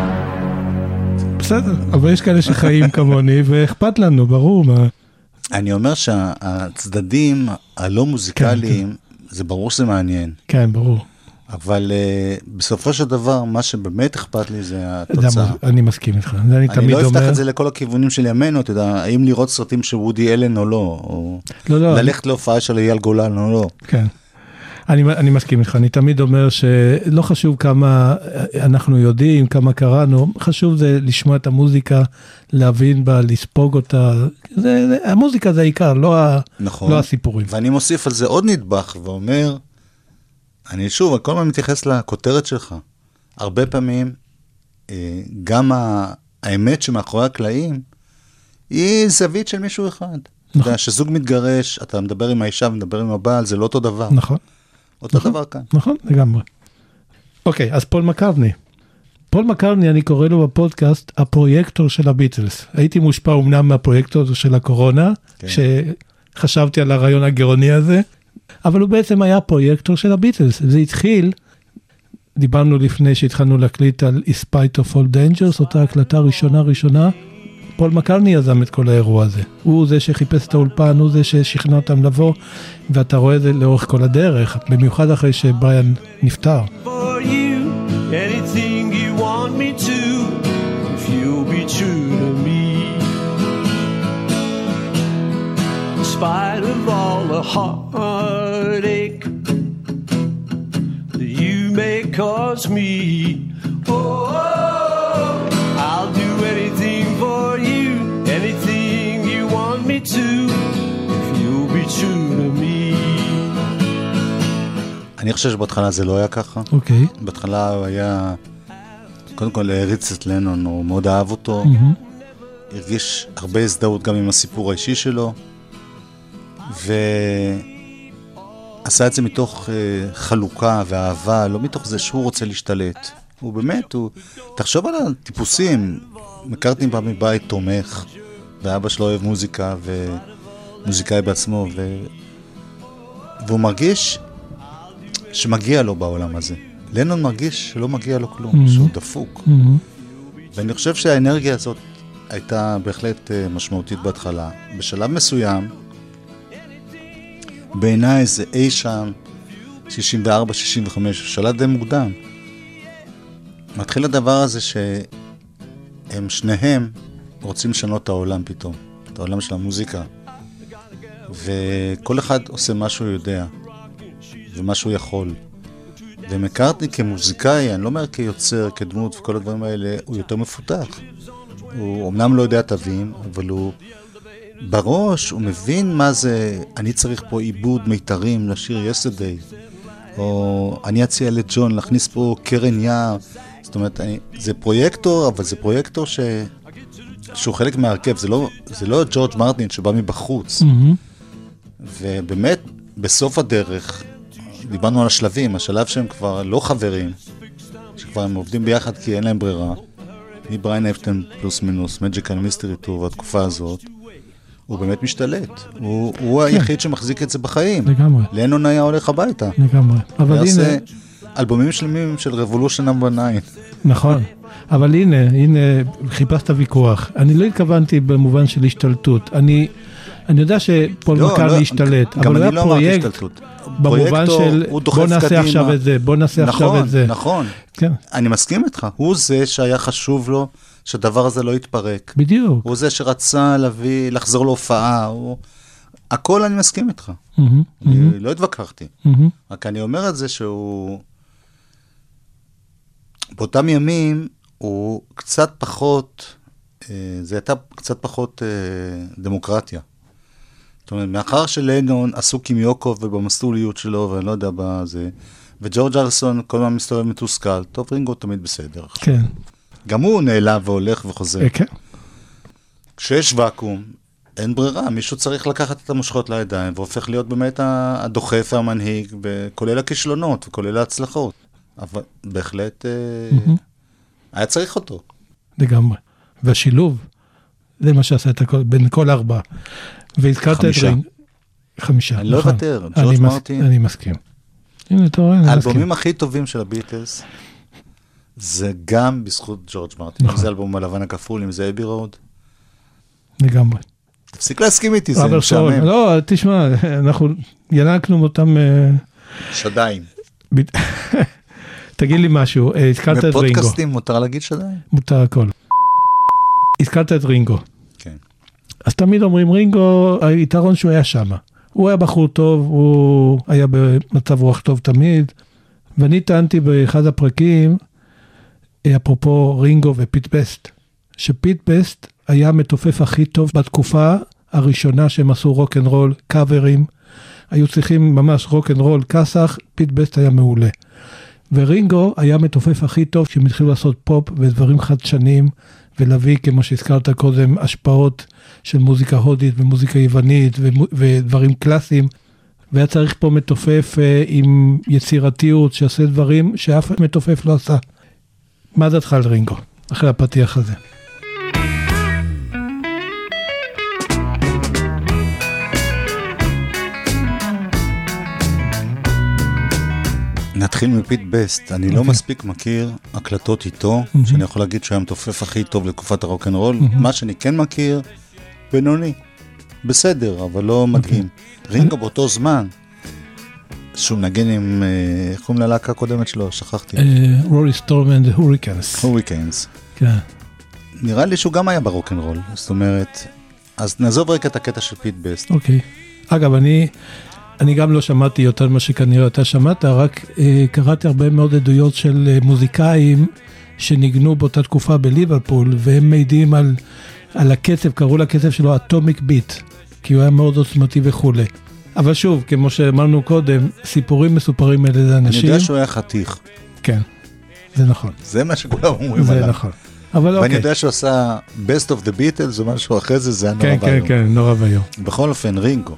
בסדר, אבל יש כאלה שחיים כמוני, ואכפת לנו, ברור מה. אני אומר שהצדדים הלא מוזיקליים, כן, כן. זה ברור שזה מעניין. כן, ברור. אבל uh, בסופו של דבר, מה שבאמת אכפת לי זה התוצאה. אני מסכים איתך. אני, אני לא אפתח אומר... את זה לכל הכיוונים של ימינו, אתה יודע, האם לראות סרטים של וודי אלן או לא, או לא, לא, ללכת אני... להופעה של אייל גולן או לא. כן. אני, אני מסכים איתך, אני תמיד אומר שלא חשוב כמה אנחנו יודעים, כמה קראנו, חשוב זה לשמוע את המוזיקה, להבין בה, לספוג אותה, זה, זה, המוזיקה זה העיקר, לא, נכון. לא הסיפורים. ואני מוסיף על זה עוד נדבך ואומר, אני שוב, כל מה מתייחס לכותרת שלך, הרבה פעמים, גם האמת שמאחורי הקלעים, היא זווית של מישהו אחד. אתה יודע, שזוג מתגרש, אתה מדבר עם האישה ומדבר עם הבעל, זה לא אותו דבר. נכון. אותו דבר כאן. נכון, לגמרי. אוקיי, אז פול מקרטני. פול מקרטני, אני קורא לו בפודקאסט, הפרויקטור של הביטלס. הייתי מושפע אומנם מהפרויקטור של הקורונה, שחשבתי על הרעיון הגאוני הזה, אבל הוא בעצם היה פרויקטור של הביטלס. זה התחיל, דיברנו לפני שהתחלנו להקליט על In Spite of All Dangers, אותה הקלטה ראשונה ראשונה, פול מקרטני יזם את כל האירוע הזה. הוא זה שחיפש את האולפן, הוא זה ששכנע אותם לבוא, ואתה רואה את זה לאורך כל הדרך, במיוחד אחרי שבריאן נפטר. Anything you want me to, if you'll be true to me. In spite of all the heartache that you may cause me, oh, I'll do anything for you, anything you want me to, if you'll be true to me. אני חושב שבהתחלה זה לא היה ככה. אוקיי. בהתחלה הוא היה, קודם כל להריץ את לנון, הוא מאוד אהב אותו, הרגיש הרבה הזדהות גם עם הסיפור האישי שלו, ועשה את זה מתוך חלוקה ואהבה, לא מתוך זה שהוא רוצה להשתלט. הוא באמת, הוא, תחשוב על הטיפוסים, מקרטני בא מבית תומך, ואבא שלו אוהב מוזיקה, ומוזיקאי בעצמו, ו... והוא מרגיש שמגיע לו בעולם הזה. לנון מרגיש שלא מגיע לו כלום, שהוא דפוק. ואני חושב שהאנרגיה הזאת הייתה בהחלט משמעותית בהתחלה. בשלב מסוים, בעיניי זה אי שם, שישים וארבע שישים וחמש, שלב די מוקדם. מתחיל הדבר הזה שהם שניהם רוצים לשנות את העולם פתאום, את העולם של המוזיקה. וכל אחד עושה מה שהוא יודע. ומה שהוא יכול. ומקרטני כמוזיקאי, אני לא אומר כיוצר, כדמות וכל הדברים האלה, הוא יותר מפותח. הוא אומנם לא יודע תווים, אבל הוא בראש, הוא מבין מה זה, אני צריך פה עיבוד מיתרים לשיר Yesterday, או אני אציע לג'ון להכניס פה קרן יער. זאת אומרת, אני, זה פרויקטור, אבל זה פרויקטור ש... שהוא חלק מהרכב, זה לא, זה לא ג'ורג' מרטין שבא מבחוץ. Mm-hmm. ובאמת, בסוף הדרך, דיברנו על השלבים, השלב שהם כבר לא חברים, שכבר הם עובדים ביחד כי אין להם ברירה. מבריין אפשטיין פלוס מינוס, מג'יק אנד מיסטרי טור, והתקופה הזאת, הוא באמת משתלט. הוא, הוא כן. היחיד שמחזיק את זה בחיים. לגמרי. לנון היה הולך הביתה. לגמרי. אבל הנה... עושה אלבומים שלמים של רבולושן נאמבר ניין. נכון. אבל הנה, הנה, חיפשת ויכוח. אני לא התכוונתי במובן של השתלטות. אני, אני יודע שפול לא, מקרטני לא, השתלט, אבל הוא היה לא פרויקט במובן של בוא נעשה קדימה. עכשיו את זה, בוא נעשה נכון, עכשיו את זה. נכון, כן. אני מסכים איתך. הוא זה שהיה חשוב לו שהדבר הזה לא יתפרק. בדיוק. הוא זה שרצה להביא, לחזור להופעה. הוא... הכל אני מסכים איתך. Mm-hmm, אני mm-hmm. לא התווכחתי. Mm-hmm. רק אני אומר את זה שהוא... באותם ימים הוא קצת פחות, זה הייתה קצת פחות דמוקרטיה. זאת אומרת, מאחר שלנון עסוק עם יוקוב ובמסלוליות שלו, ואני לא יודע מה זה, וג'ורג' אריסון כל הזמן מסתובב מתוסכל, טוב, רינגו תמיד בסדר. כן. גם הוא נעלב והולך וחוזר. כן. כשיש ואקום, אין ברירה, מישהו צריך לקחת את המושכות לידיים, והופך להיות באמת הדוחף והמנהיג, כולל הכישלונות וכולל ההצלחות. אבל בהחלט mm-hmm. היה צריך אותו. לגמרי. והשילוב, זה מה שעשה את הכל, בין כל ארבע. והזכרת את רינג... חמישה. אני לא אוותר, ג'ורג' מרטין. אני מסכים. הנה, אתה רואה, אני מסכים. האלבומים הכי טובים של הביטלס, זה גם בזכות ג'ורג' מרטין. אם זה אלבום הלבן הכפול, אם זה אבי רוד. לגמרי. תפסיק להסכים איתי, זה משעמם. לא, תשמע, אנחנו ינקנו אותם... שדיים. תגיד לי משהו, הזכרת את רינגו. בפודקאסטים מותר להגיד שדיים? מותר הכל. הזכרת את רינגו. כן. אז תמיד אומרים רינגו, היתרון שהוא היה שם. הוא היה בחור טוב, הוא היה במצב רוח טוב תמיד, ואני טענתי באחד הפרקים, אפרופו רינגו ופיט בסט, שפיט בסט היה המתופף הכי טוב בתקופה הראשונה שהם עשו רוק אנד רול, קאברים, היו צריכים ממש רוק אנד רול, קסח, פיט בסט היה מעולה. ורינגו היה מתופף הכי טוב כשהם התחילו לעשות פופ ודברים חדשניים, ולהביא, כמו שהזכרת קודם, השפעות של מוזיקה הודית ומוזיקה יוונית ודברים קלאסיים, והיה צריך פה מתופף עם יצירתיות שעושה דברים שאף מתופף לא עשה. מה דעתך על רינגו, אחרי הפתיח הזה? נתחיל מפיט בסט, אני לא מספיק מכיר הקלטות איתו, שאני יכול להגיד שהוא היה מתופף הכי טוב לתקופת הרוק'נ'רול, מה שאני כן מכיר, בינוני, בסדר, אבל לא מדהים. רינגו באותו זמן, שהוא מנגן עם, איך קוראים ללהקה הקודמת שלו, שכחתי. רורי סטורם and the Hurricanes. Hurricanes. כן. נראה לי שהוא גם היה ברוק'נ'רול, זאת אומרת, אז נעזוב רק את הקטע של פיט בסט. אוקיי. אגב, אני... אני גם לא שמעתי יותר מה שכנראה אתה שמעת, רק אה, קראתי הרבה מאוד עדויות של אה, מוזיקאים שניגנו באותה תקופה בליברפול, והם מעידים על, על הקצב, קראו לקצב שלו אטומיק ביט, כי הוא היה מאוד עוצמתי וכו'. אבל שוב, כמו שאמרנו קודם, סיפורים מסופרים על איזה אנשים. אני יודע שהוא היה חתיך. כן, זה נכון. זה מה שכולם אומרים זה עליו. זה נכון. אבל ואני אוקיי. יודע שהוא עשה Best of the Beatles, או משהו אחרי זה, זה היה נורא כן, ואיום. כן, כן, נורא ואיום. בכל אופן, רינגו.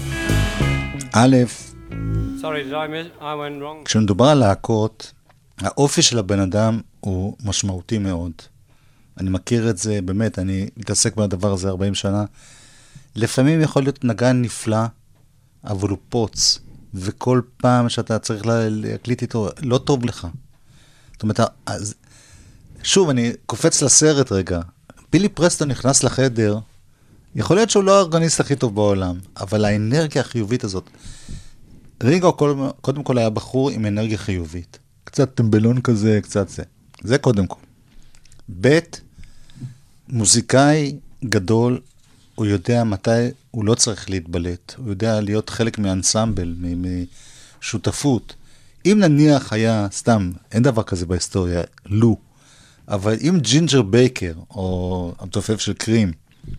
א', Sorry, did I miss? I went wrong. כשמדובר על להקות, האופי של הבן אדם הוא משמעותי מאוד. אני מכיר את זה, באמת, אני מתעסק בדבר הזה ארבעים שנה. לפעמים יכול להיות נגן נפלא, אבל הוא פוץ, וכל פעם שאתה צריך להקליט איתו, לא טוב לך. זאת אומרת, אז, שוב, אני קופץ לסרט רגע. בילי פרסטון נכנס לחדר, יכול להיות שהוא לא הארגניסט הכי טוב בעולם, אבל האנרגיה החיובית הזאת, רינגו קודם כל היה בחור עם אנרגיה חיובית. קצת טמבלון כזה, קצת זה. זה קודם כל. ב', מוזיקאי גדול, הוא יודע מתי הוא לא צריך להתבלט. הוא יודע להיות חלק מאנסמבל, משותפות. אם נניח היה, סתם, אין דבר כזה בהיסטוריה, לו. אבל אם ג'ינג'ר בייקר, או המתופף של קרים,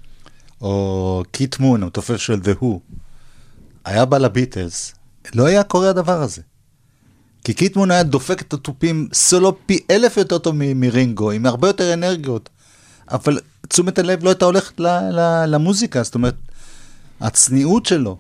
או קיט מון, המתופף של The Who, היה בא לביטלס, לא היה קורה הדבר הזה. כי קיט מון היה דופק את הטופים סולו פי אלף יותר טוב מ- מרינגו, עם הרבה יותר אנרגיות. אבל תשומת הלב לא הייתה הולכת ל- ל- למוזיקה, זאת אומרת, הצניעות שלו,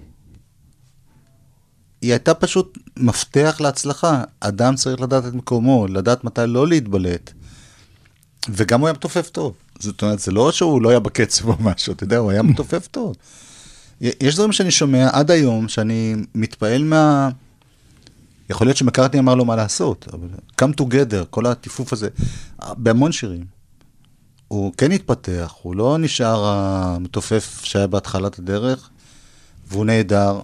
היא הייתה פשוט מפתח להצלחה. אדם צריך לדעת את מקומו, לדעת מתי לא להתבלט. וגם הוא היה מתופף טוב. זאת אומרת, זה לא שהוא לא היה בקצב או משהו, אתה יודע, הוא היה מתופף טוב. יש דברים שאני שומע עד היום, שאני מתפעל מה... יכול להיות שמקארטני אמר לו מה לעשות, אבל come together, כל הטיפוף הזה, בהמון שירים. הוא כן התפתח, הוא לא נשאר המתופף שהיה בהתחלת הדרך, והוא נהדר.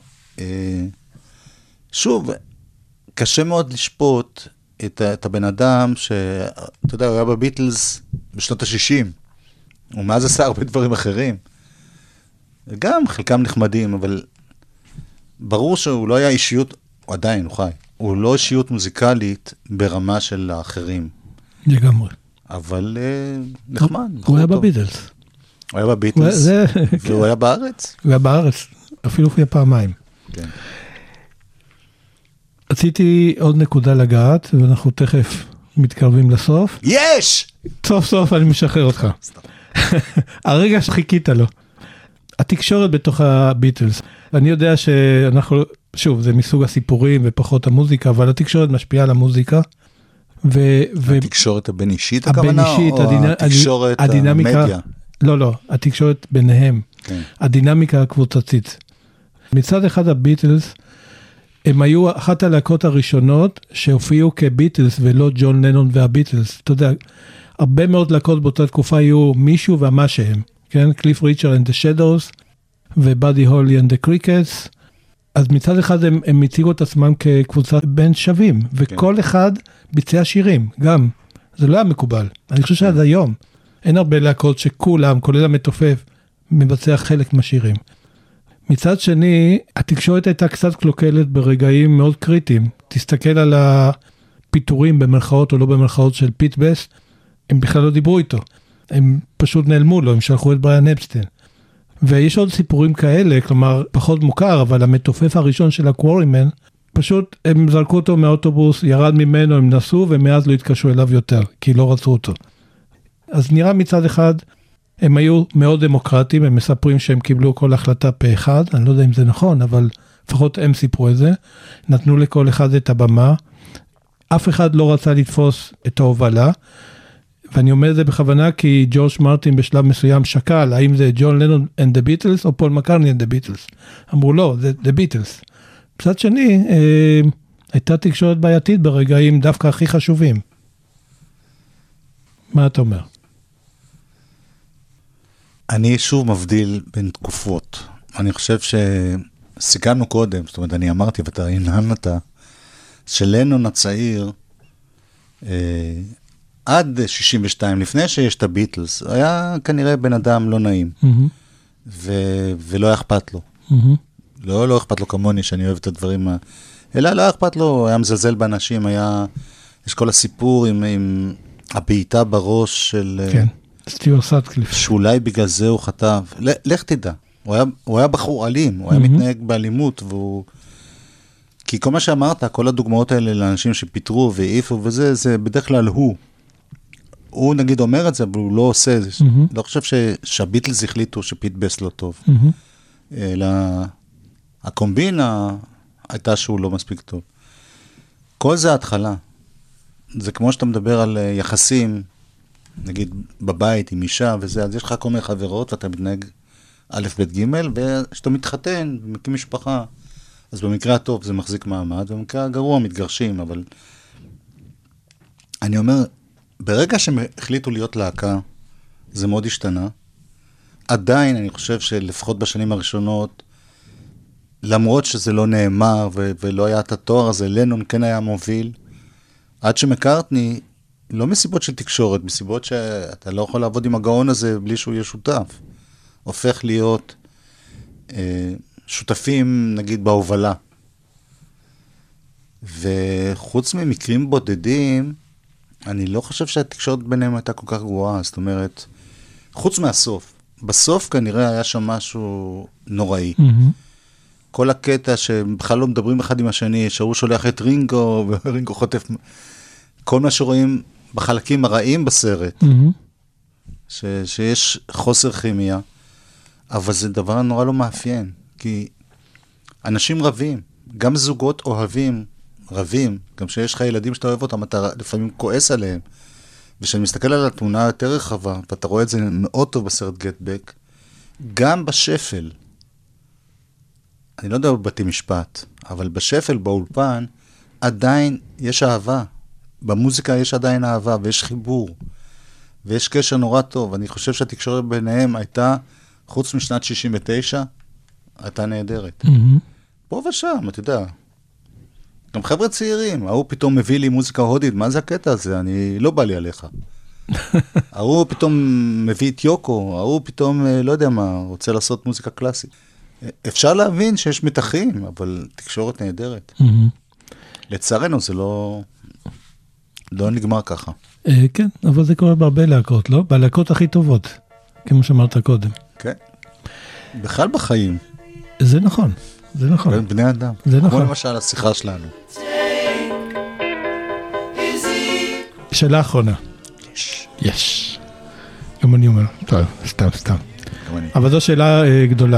שוב, קשה מאוד לשפוט את, את הבן אדם שאתה יודע, הוא היה בביטלס בשנות ה-שישים, ומאז עשה הרבה דברים אחרים. גם חלקם נחמדים, אבל ברור שהוא לא היה אישיות, הוא עדיין, הוא חי. הוא לא אישיות מוזיקלית ברמה של האחרים. לגמרי. אבל uh, נחמד. הוא היה בביטלס. הוא היה בביטלס, והוא היה בארץ. הוא היה בארץ, אפילו הוא היה פעמיים. כן. רציתי עוד נקודה לגעת, ואנחנו תכף מתקרבים לסוף. יש! סוף סוף אני משחרר אותך. הרגע שחיכית לו. התקשורת בתוך הביטלס. אני יודע שאנחנו, שוב, זה מסוג הסיפורים ופחות המוזיקה, אבל התקשורת משפיעה על המוזיקה. ו, התקשורת הבין אישית הכוונה? הבין-אישית, או הדינה, התקשורת הדינמיקה, המדיה? לא, לא, התקשורת ביניהם. כן. הדינמיקה הקבוצתית. מצד אחד הביטלס, הם היו אחת הלהקות הראשונות שהופיעו כביטלס ולא ג'ון לנון והביטלס. אתה יודע, הרבה מאוד להקות באותה תקופה היו מישהו ומה שהם. כן? קליף ריצ'רד and the Shadows ובאדי הולי and the Crickets. אז מצד אחד הם, הם הציגו את עצמם כקבוצת בין שווים, וכל אחד ביצע שירים, גם. זה לא היה מקובל. אני חושב שעד היום אין הרבה להקות שכולם, כולל המתופף, מבצע חלק מהשירים. מצד שני, התקשורת הייתה קצת קלוקלת ברגעים מאוד קריטיים. תסתכל על הפיתורים במרכאות או לא במרכאות של פיט בסט, הם בכלל לא דיברו איתו. הם פשוט נעלמו לו, הם שלחו את בריאן אפסטיין. ויש עוד סיפורים כאלה, כלומר, פחות מוכר, אבל המתופף הראשון של הקוורימן, פשוט הם זרקו אותו מהאוטובוס, ירד ממנו, הם נסעו, ומאז לא התקשרו אליו יותר, כי לא רצו אותו. אז נראה מצד אחד, הם היו מאוד דמוקרטיים, הם מספרים שהם קיבלו כל החלטה פה אחד, אני לא יודע אם זה נכון, אבל לפחות הם סיפרו את זה, נתנו לכל אחד את הבמה, אף אחד לא רצה לתפוס את ההובלה, ואני אומר את זה בכוונה, כי ג'ורג' מרטין בשלב מסוים שקל, האם זה ג'ון לנון and the Beatles, או פול מקרני and the Beatles. אמרו לא, זה the Beatles. מצד שני, אה, הייתה תקשורת בעייתית ברגעים דווקא הכי חשובים. מה אתה אומר? אני שוב מבדיל בין תקופות. אני חושב שסיכמנו קודם, זאת אומרת, אני אמרתי, ואתה הנהנת, שלנון הצעיר, אה, עד שישים ושתיים, לפני שיש את הביטלס, היה כנראה בן אדם לא נעים, mm-hmm. ו- ולא היה אכפת לו. Mm-hmm. לא, לא אכפת לו כמוני, שאני אוהב את הדברים, אלא לא היה אכפת לו, היה מזלזל באנשים, היה, יש כל הסיפור עם, עם הבעיטה בראש של... כן, סטיוארט סאטקליף. שאולי בגלל זה הוא חטב. לך תדע, הוא היה, הוא היה בחור אלים, הוא היה mm-hmm. מתנהג באלימות, והוא... כי כל מה שאמרת, כל הדוגמאות האלה לאנשים שפיטרו והעיפו וזה, זה בדרך כלל הוא. הוא נגיד אומר את זה, אבל הוא לא עושה את זה. Mm-hmm. לא חושב שהביטלס החליטו שפיט בסט לא טוב. Mm-hmm. אלא הקומבינה הייתה שהוא לא מספיק טוב. כל זה ההתחלה. זה כמו שאתה מדבר על יחסים, נגיד בבית עם אישה וזה, אז יש לך כל מיני חברות ואתה מתנהג א' ב' ג' ושאתה מתחתן ומקים משפחה, אז במקרה הטוב זה מחזיק מעמד, במקרה הגרוע מתגרשים, אבל אני אומר, ברגע שהם החליטו להיות להקה, זה מאוד השתנה. עדיין אני חושב שלפחות בשנים הראשונות, למרות שזה לא נאמר ו- ולא היה את התואר הזה, לנון כן היה מוביל, עד שמקארטני, לא מסיבות של תקשורת, מסיבות שאתה לא יכול לעבוד עם הגאון הזה בלי שהוא יהיה שותף. הופך להיות אה, שותפים, נגיד, בהובלה. וחוץ ממקרים בודדים, אני לא חושב שהתקשורת ביניהם הייתה כל כך גרועה, זאת אומרת, חוץ מהסוף. בסוף כנראה היה שם משהו נוראי. Mm-hmm. כל הקטע שבכלל לא מדברים אחד עם השני, שהוא שולח את רינגו, ורינגו חוטף... כל מה שרואים בחלקים הרעים בסרט, mm-hmm. ש, שיש חוסר כימיה, אבל זה דבר נורא לא מאפיין, כי אנשים רבים, גם זוגות אוהבים, רבים, גם שיש לך ילדים שאתה אוהב אותם, אתה לפעמים כועס עליהם, וכשאני מסתכל על התמונה יותר רחבה, ואתה רואה את זה מאוד טוב בסרט גט בק, גם בשפל, אני לא יודע בבתי משפט, אבל בשפל, באולפן, עדיין יש אהבה. במוזיקה יש עדיין אהבה, ויש חיבור, ויש קשר נורא טוב. אני חושב שהתקשורת ביניהם הייתה, חוץ משנת שישים ותשע, הייתה נהדרת. Mm-hmm. פה ושם, אתה יודע. גם חבר'ה צעירים, ההוא פתאום מביא לי מוזיקה הודית, מה זה הקטע הזה? אני לא בא לי עליך. ההוא פתאום מביא את יוקו, ההוא פתאום, לא יודע מה, רוצה לעשות מוזיקה קלאסית. אפשר להבין שיש מתחים, אבל תקשורת נהדרת. Mm-hmm. לצערנו זה לא... לא נגמר ככה. כן, אבל זה קורה בהרבה להקות, לא? בלהקות הכי טובות, כמו שאמרת קודם. כן. בכלל בחיים. זה נכון, זה נכון. בין בני אדם. זה נכון. כמו למשל השיחה שלנו. שאלה אחרונה. יש. יש. גם אני אומר, טוב, סתם, סתם. גם אני. אבל זו שאלה גדולה.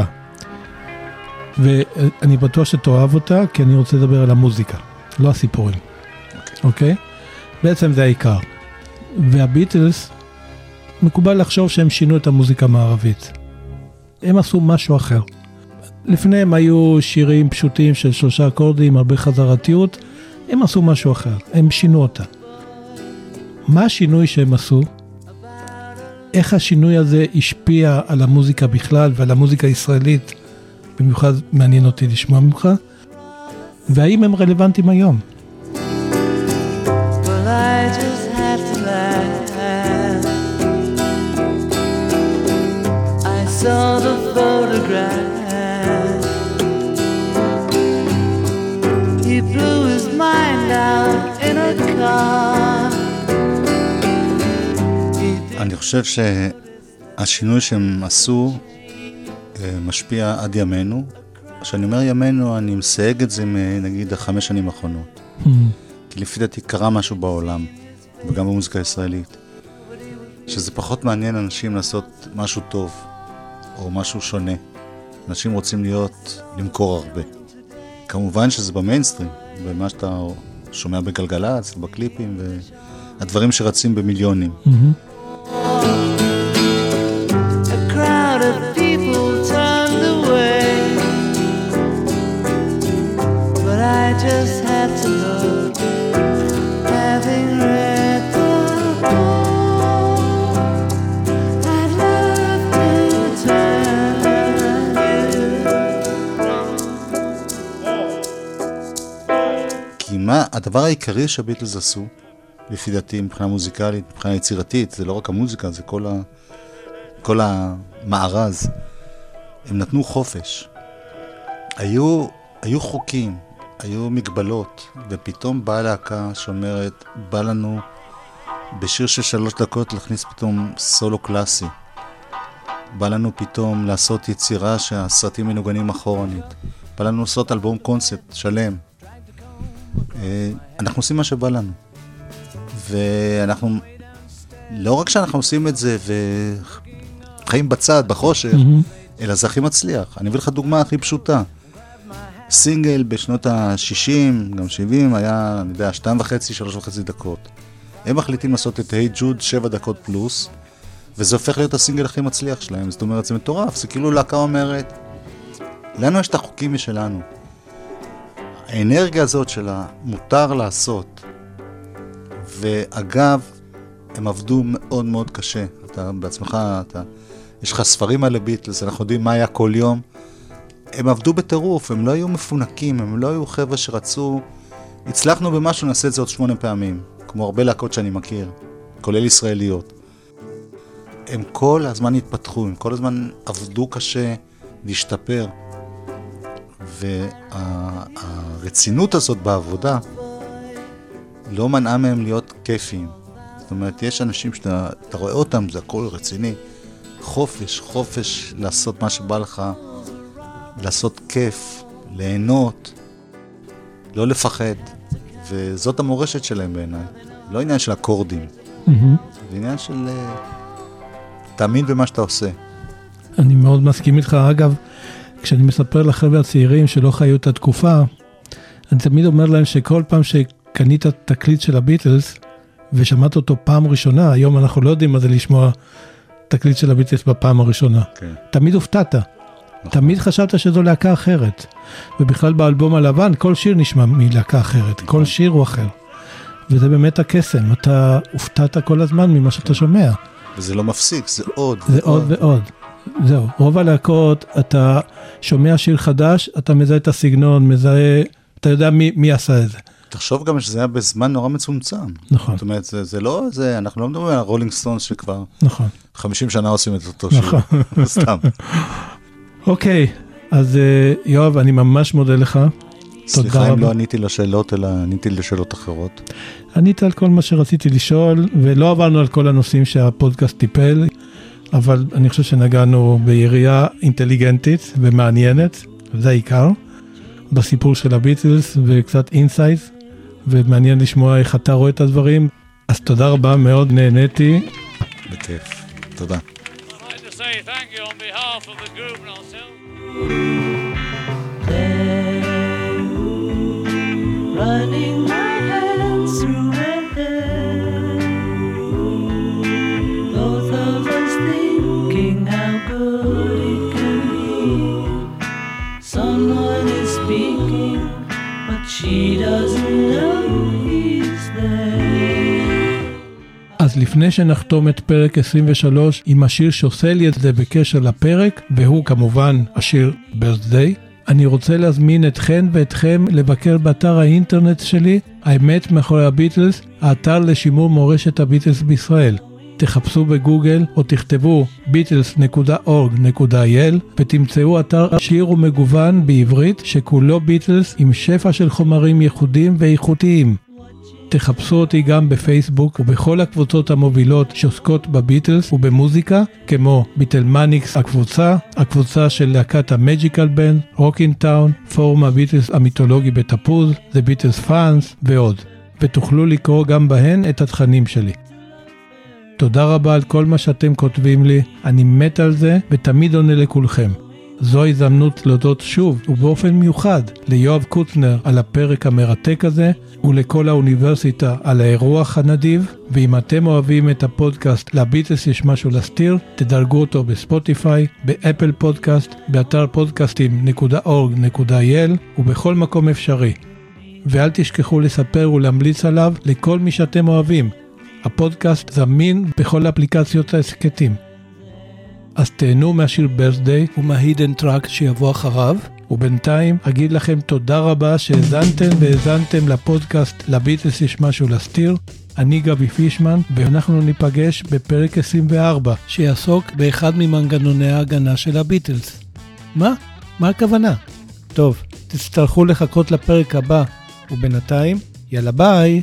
ואני בטוח שתאהב אותה, כי אני רוצה לדבר על המוזיקה, לא הסיפורים. אוקיי? בעצם זה העיקר. והביטלס, מקובל לחשוב שהם שינו את המוזיקה המערבית. הם עשו משהו אחר. לפניהם היו שירים פשוטים של שלושה אקורדים, הרבה חזרתיות, הם עשו משהו אחר, הם שינו אותה. מה השינוי שהם עשו? איך השינוי הזה השפיע על המוזיקה בכלל ועל המוזיקה הישראלית? במיוחד מעניין אותי לשמוע ממך. והאם הם רלוונטיים היום? I just had to laugh. I saw the photograph. He blew his mind out in a car. אני חושב שהשינוי שהם עשו משפיע עד ימינו. כשאני אומר ימינו, אני מסייג את זה נגיד החמש שנים האחרונות. כי לפי דעתי קרה משהו בעולם, וגם במוזיקה הישראלית. שזה פחות מעניין אנשים לעשות משהו טוב, או משהו שונה. אנשים רוצים להיות, למכור הרבה. כמובן שזה במיינסטרים, במה שאתה שומע בגלגלצ, בקליפים, והדברים שרצים במיליונים. A crowd of people turned away, but I just had to look, having read the book. I'd love to tell you. כי מה, הדבר העיקרי שהביטלס עשו, לפי דעתי, מבחינה מוזיקלית, מבחינה יצירתית, זה לא רק המוזיקה, זה כל, ה, כל המערז. הם נתנו חופש. היו, היו חוקים, היו מגבלות, ופתאום באה להקה שאומרת, בא לנו בשיר של שלוש דקות להכניס פתאום סולו קלאסי. בא לנו פתאום לעשות יצירה שהסרטים מנוגנים אחורנית. בא לנו לעשות אלבום קונספט שלם. אנחנו עושים מה שבא לנו. ואנחנו, לא רק שאנחנו עושים את זה וחיים בצד, בחושך, mm-hmm. אלא זה הכי מצליח. אני אביא לך דוגמה הכי פשוטה. סינגל בשנות ה-שישים, גם שבעים, היה, אני יודע, שתיים וחצי, שלוש וחצי דקות. הם מחליטים לעשות את היי ג'וד שבע דקות פלוס, וזה הופך להיות הסינגל הכי מצליח שלהם. זאת אומרת, זה מטורף. זה כאילו להקה אומרת, לנו יש את החוקים משלנו. האנרגיה הזאת שלה מותר לעשות. ואגב, הם עבדו מאוד מאוד קשה. אתה בעצמך, אתה, יש לך ספרים על הביטלס, אנחנו יודעים מה היה כל יום. הם עבדו בטירוף, הם לא היו מפונקים, הם לא היו חבר'ה שרצו, הצלחנו במשהו, נעשה את זה עוד שמונה פעמים, כמו הרבה להקות שאני מכיר, כולל ישראליות. הם כל הזמן התפתחו, הם כל הזמן עבדו קשה להשתפר. והרצינות הזאת בעבודה לא מנעה מהם להיות כיפים. זאת אומרת, יש אנשים שאתה רואה אותם, זה הכל רציני. חופש, חופש לעשות מה שבא לך, לעשות כיף, ליהנות, לא לפחד. וזאת המורשת שלהם בעיניי. לא עניין של אקורדים. Mm-hmm. זה עניין של תאמין במה שאתה עושה. אני מאוד מסכים איתך. אגב, כשאני מספר לחבר'ה הצעירים שלא חיו את התקופה, אני תמיד אומר להם שכל פעם שקנית תקליט של הביטלס, ושמעת אותו פעם ראשונה, היום אנחנו לא יודעים מה זה לשמוע תקליט של הביטלס בפעם הראשונה. כן. תמיד הופתעת. נכון. תמיד חשבת שזו להקה אחרת. ובכלל באלבום הלבן, כל שיר נשמע מלהקה אחרת. נכון. כל שיר הוא אחר. וזה באמת הקסם. אתה הופתעת כל הזמן ממה שאתה שומע. וזה לא מפסיק, זה עוד. זה עוד ועוד. זהו, רוב הלהקות, אתה שומע שיר חדש, אתה מזהה את הסגנון, מזהה, אתה יודע מי, מי עשה את זה. תחשוב גם שזה היה בזמן נורא מצומצם. נכון. זאת אומרת, זה, זה לא, זה, אנחנו לא מדברים על הרולינג סטונס שכבר נכון. חמישים שנה עושים את אותו נכון. שיר. סתם. אוקיי, אז יואב, אני ממש מודה לך. סליחה אם לא עניתי לשאלות, אלא עניתי לשאלות אחרות. ענית על כל מה שרציתי לשאול, ולא עברנו על כל הנושאים שהפודקאסט טיפל, אבל אני חושב שנגענו ביריעה אינטליגנטית ומעניינת, וזה העיקר, בסיפור של הביטלס וקצת אינסייטס, ומעניין לשמוע איך אתה רואה את הדברים. אז תודה רבה, מאוד נהניתי. בכיף, תודה. Running my hands through her hair, both of us thinking how good it can be. Someone is speaking, but she doesn't know he's there. אז לפני שנחתום את פרק עשרים ושלוש עם השיר שעושה לי את זה בקשר לפרק, והוא כמובן השיר Birthday, אני רוצה להזמין אתכן ואתכם לבקר באתר האינטרנט שלי, האמת מאחורי הביטלס, האתר לשימור מורשת הביטלס בישראל. תחפשו בגוגל או תכתבו ביטלס נקודה אורג נקודה איי אל ותמצאו אתר עשיר ומגוון בעברית שכולו ביטלס עם שפע של חומרים ייחודיים ואיכותיים. תחפשו אותי גם בפייסבוק ובכל הקבוצות המובילות שעוסקות בביטלס ובמוזיקה, כמו ביטלמניקס הקבוצה, הקבוצה של להקת המג'יקל בנד, רוקין טאון, פורום הביטלס המיתולוגי בתפוז, The Beatles Fans ועוד. ותוכלו לקרוא גם בהן את התכנים שלי. תודה רבה על כל מה שאתם כותבים לי, אני מת על זה ותמיד עונה לכולכם. זו הזדמנות להודות שוב ובאופן מיוחד ליואב קוטנר על הפרק המרתק הזה ולכל האוניברסיטה על האירוח הנדיב. ואם אתם אוהבים את הפודקאסט לביטלס יש משהו להסתיר, תדרגו אותו בספוטיפיי, באפל פודקאסט, באתר פודקאסטים נקודה אורג נקודה איי אל ובכל מקום אפשרי. ואל תשכחו לספר ולהמליץ עליו לכל מי שאתם אוהבים. הפודקאסט זמין בכל אפליקציות ההסקטים. אז תהנו מהשיר ברסדיי ומההידן טראק שיבוא אחריו, ובינתיים אגיד לכם תודה רבה שהזנתם והזנתם לפודקאסט לביטלס יש משהו להסתיר. אני גבי פישמן, ואנחנו ניפגש בפרק עשרים וארבע שיעסוק באחד ממנגנוני ההגנה של הביטלס. מה? מה הכוונה? טוב, תצטרכו לחכות לפרק הבא, ובינתיים, יאללה ביי!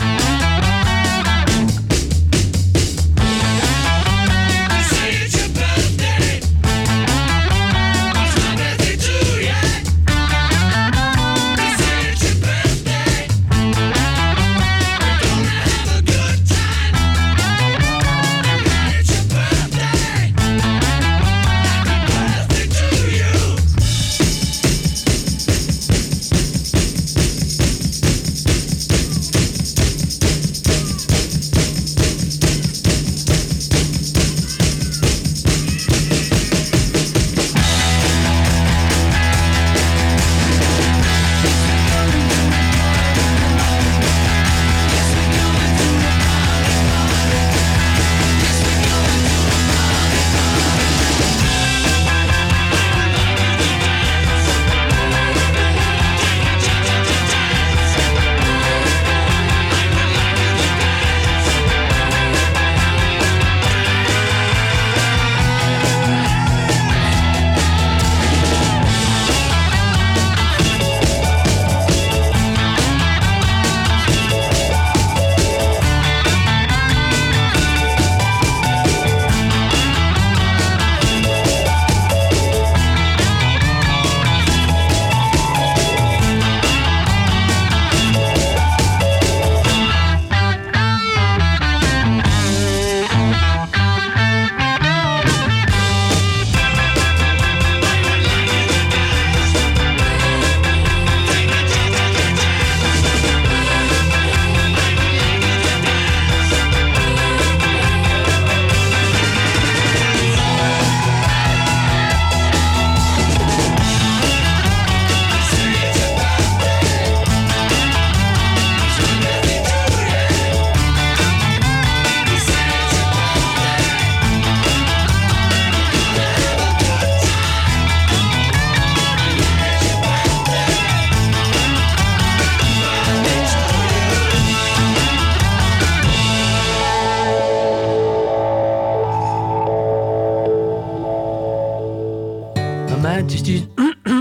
Majesty's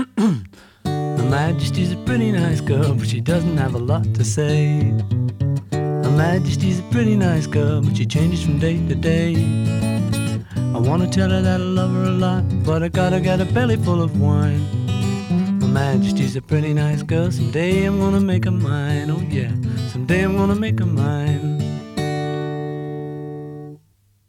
Her Majesty's a pretty nice girl, but she doesn't have a lot to say. Her Majesty's a pretty nice girl, but she changes from day to day. I wanna tell her that I love her a lot, but I gotta get a belly full of wine. Her Majesty's a pretty nice girl, someday I'm gonna make her mine. Oh yeah, someday I'm gonna make her mine.